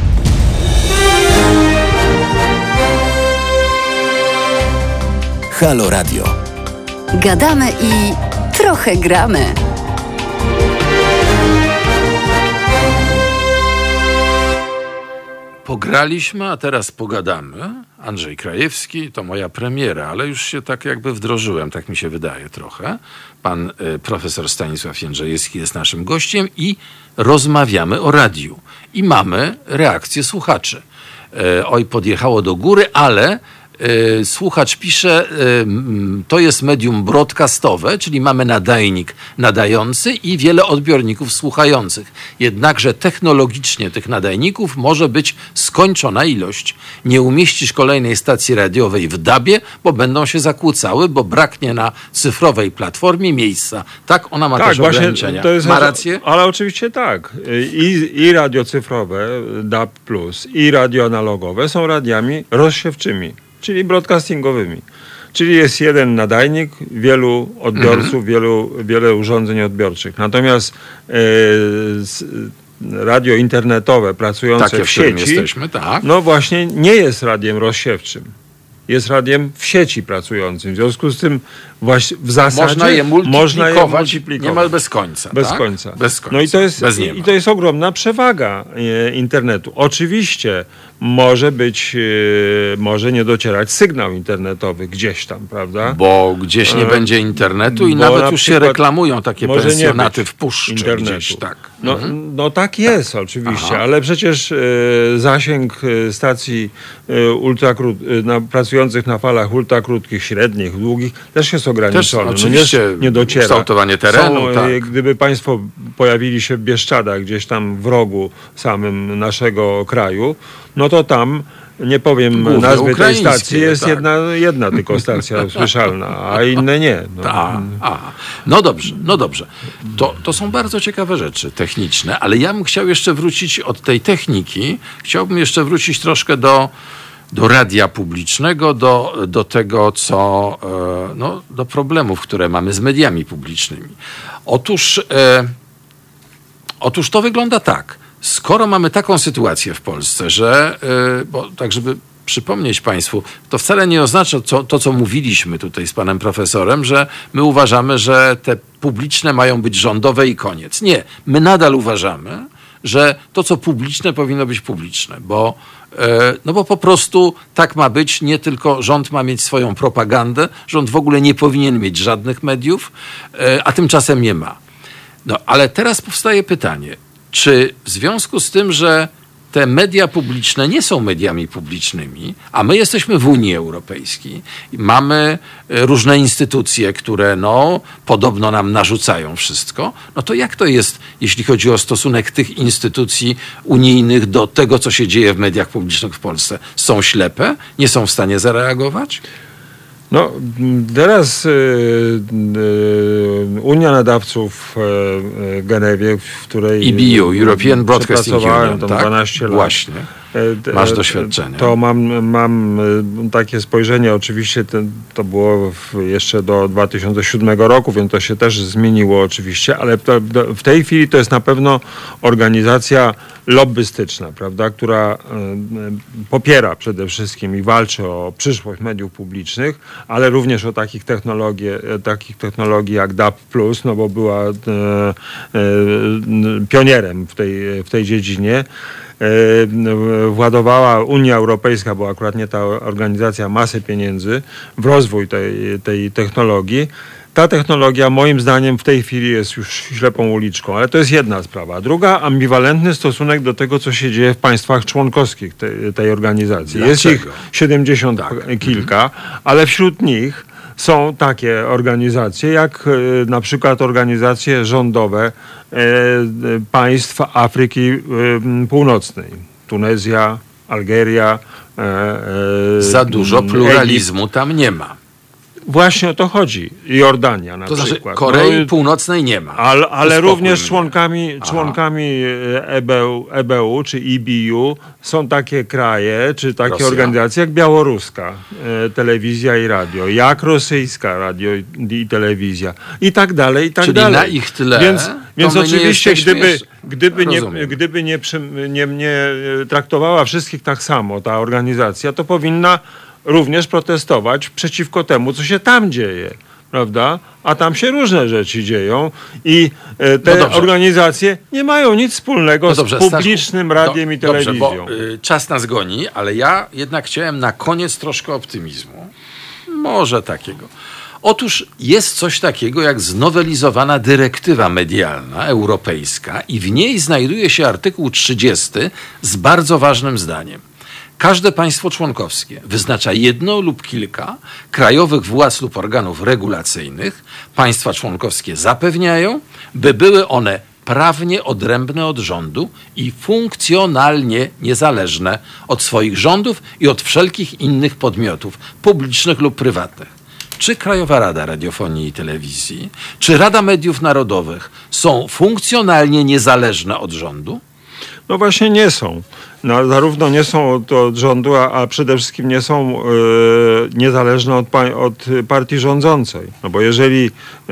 Halo Radio. Gadamy i trochę gramy. Pograliśmy, a teraz pogadamy. Andrzej Krajewski, to moja premiera, ale już się tak jakby wdrożyłem, tak mi się wydaje trochę. Pan profesor Stanisław Jędrzejewski jest naszym gościem i rozmawiamy o radiu. I mamy reakcję słuchaczy. Oj, podjechało do góry, ale słuchacz pisze, to jest medium broadcastowe, czyli mamy nadajnik nadający i wiele odbiorników słuchających. Jednakże technologicznie tych nadajników może być skończona ilość. Nie umieścisz kolejnej stacji radiowej w DAB-ie, bo będą się zakłócały, bo braknie na cyfrowej platformie miejsca. Tak, ona ma też ograniczenia. Ma rację? Ale oczywiście tak. I radio cyfrowe, DAB+, i radio analogowe są radiami rozsiewczymi, czyli broadcastingowymi. Czyli jest jeden nadajnik, wielu odbiorców, wiele urządzeń odbiorczych. Natomiast radio internetowe pracujące w sieci, jesteśmy, tak. no właśnie nie jest radiem rozsiewczym. Jest radiem w sieci pracującym. W związku z tym w zasadzie można je multiplikować niemal bez końca. Bez tak? końca. Bez końca. No i to jest ogromna przewaga internetu. Oczywiście może nie docierać sygnał internetowy gdzieś tam, prawda? Bo gdzieś nie będzie internetu i nawet już się reklamują takie pensjonaty w puszczy gdzieś. Tak. No tak jest oczywiście, ale przecież zasięg stacji pracujących na falach ultrakrótkich, średnich, długich też jest ograniczony. Oczywiście nie dociera. Kształtowanie terenu. Gdyby państwo pojawili się w Bieszczadach, gdzieś tam w rogu samym naszego kraju, no to tam, nie powiem głównie nazwy tej stacji, jest tak. jedna tylko stacja słyszalna, a inne nie. No dobrze. To są bardzo ciekawe rzeczy techniczne, ale ja bym chciał jeszcze wrócić od tej techniki, troszkę do radia publicznego, do tego, do problemów, które mamy z mediami publicznymi. Otóż to wygląda tak. Skoro mamy taką sytuację w Polsce, że, bo tak żeby przypomnieć Państwu, to wcale nie oznacza to, co mówiliśmy tutaj z panem profesorem, że my uważamy, że te publiczne mają być rządowe i koniec. Nie, my nadal uważamy, że to, co publiczne, powinno być publiczne, bo po prostu tak ma być, nie tylko rząd ma mieć swoją propagandę, rząd w ogóle nie powinien mieć żadnych mediów, a tymczasem nie ma. No, ale teraz powstaje pytanie, czy w związku z tym, że te media publiczne nie są mediami publicznymi, a my jesteśmy w Unii Europejskiej, mamy różne instytucje, które podobno nam narzucają wszystko, no to jak to jest, jeśli chodzi o stosunek tych instytucji unijnych do tego, co się dzieje w mediach publicznych w Polsce? Są ślepe? Nie są w stanie zareagować? No, teraz Unia Nadawców w Genewie, w której EBU, European Broadcasting Union, tam tak? 12 lat. Właśnie. Masz doświadczenie. To mam takie spojrzenie, oczywiście to było jeszcze do 2007 roku, więc to się też zmieniło oczywiście, ale w tej chwili to jest na pewno organizacja lobbystyczna, prawda, która popiera przede wszystkim i walczy o przyszłość mediów publicznych, ale również o takich technologii jak DAB+, no bo była pionierem w tej dziedzinie. Władowała Unia Europejska, bo akurat nie ta organizacja, masę pieniędzy w rozwój tej technologii. Ta technologia moim zdaniem w tej chwili jest już ślepą uliczką, ale to jest jedna sprawa. Druga, ambiwalentny stosunek do tego, co się dzieje w państwach członkowskich tej organizacji. Dlaczego? Jest ich 70 kilka, ale wśród nich są takie organizacje, jak na przykład organizacje rządowe państw Afryki Północnej. Tunezja, Algeria. Za dużo pluralizmu tam nie ma. Właśnie o to chodzi. Jordania na przykład. Znaczy Korei Północnej nie ma. Ale również członkami EBU czy EBU są takie kraje, czy takie Rosja. organizacje jak białoruska telewizja i radio, jak rosyjska radio i telewizja i tak dalej, i tak Czyli dalej. na ich tle Więc to my oczywiście, gdyby nie traktowała wszystkich tak samo ta organizacja, to powinna również protestować przeciwko temu, co się tam dzieje, prawda? A tam się różne rzeczy dzieją i te organizacje nie mają nic wspólnego z publicznym radiem i telewizją. Dobrze, bo czas nas goni, ale ja jednak chciałem na koniec troszkę optymizmu. Może takiego. Otóż jest coś takiego jak znowelizowana dyrektywa medialna europejska i w niej znajduje się artykuł 30 z bardzo ważnym zdaniem. Każde państwo członkowskie wyznacza jedno lub kilka krajowych władz lub organów regulacyjnych. Państwa członkowskie zapewniają, by były one prawnie odrębne od rządu i funkcjonalnie niezależne od swoich rządów i od wszelkich innych podmiotów, publicznych lub prywatnych. Czy Krajowa Rada Radiofonii i Telewizji, czy Rada Mediów Narodowych są funkcjonalnie niezależne od rządu? No właśnie nie są. No, zarówno nie są od rządu, a przede wszystkim nie są niezależne od partii rządzącej. No bo jeżeli,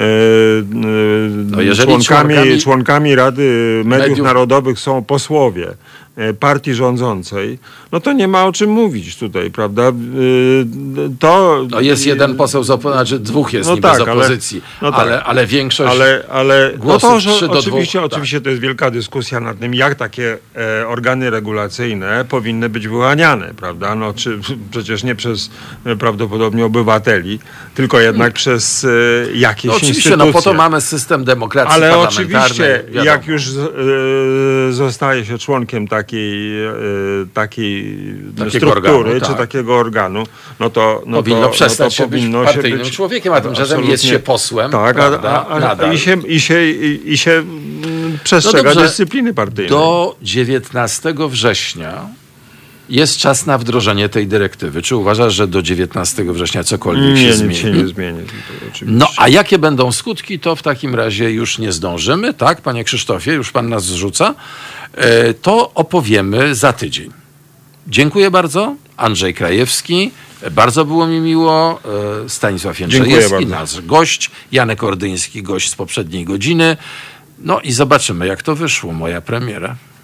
członkami Rady Mediów Narodowych są posłowie partii rządzącej, no to nie ma o czym mówić tutaj, prawda? No jest jeden poseł z opozycji, znaczy dwóch jest niby z opozycji, ale większość głosów 3 do 2. Oczywiście to jest wielka dyskusja nad tym, jak takie organy regulacyjne powinny być wyłaniane, prawda? No, przecież nie przez prawdopodobnie obywateli, tylko jednak przez jakieś oczywiście, no po to mamy system demokracji parlamentarnej. Ale oczywiście, jak już zostaje się członkiem takiej struktury, organu, czy takiego organu, powinno przestać się być partyjnym człowiekiem, a tymczasem jest się posłem, nadal. I się przestrzega dyscypliny partyjnej. Do 19 września jest czas na wdrożenie tej dyrektywy. Czy uważasz, że do 19 września cokolwiek się zmieni? Nic się nie zmieni. No, a jakie będą skutki, to w takim razie już nie zdążymy, tak, panie Krzysztofie? Już pan nas zrzuca. To opowiemy za tydzień. Dziękuję bardzo. Andrzej Krajewski. Bardzo było mi miło. Stanisław Jędrzejewski, nasz gość. Janek Ordyński, gość z poprzedniej godziny. No i zobaczymy, jak to wyszło, moja premiera.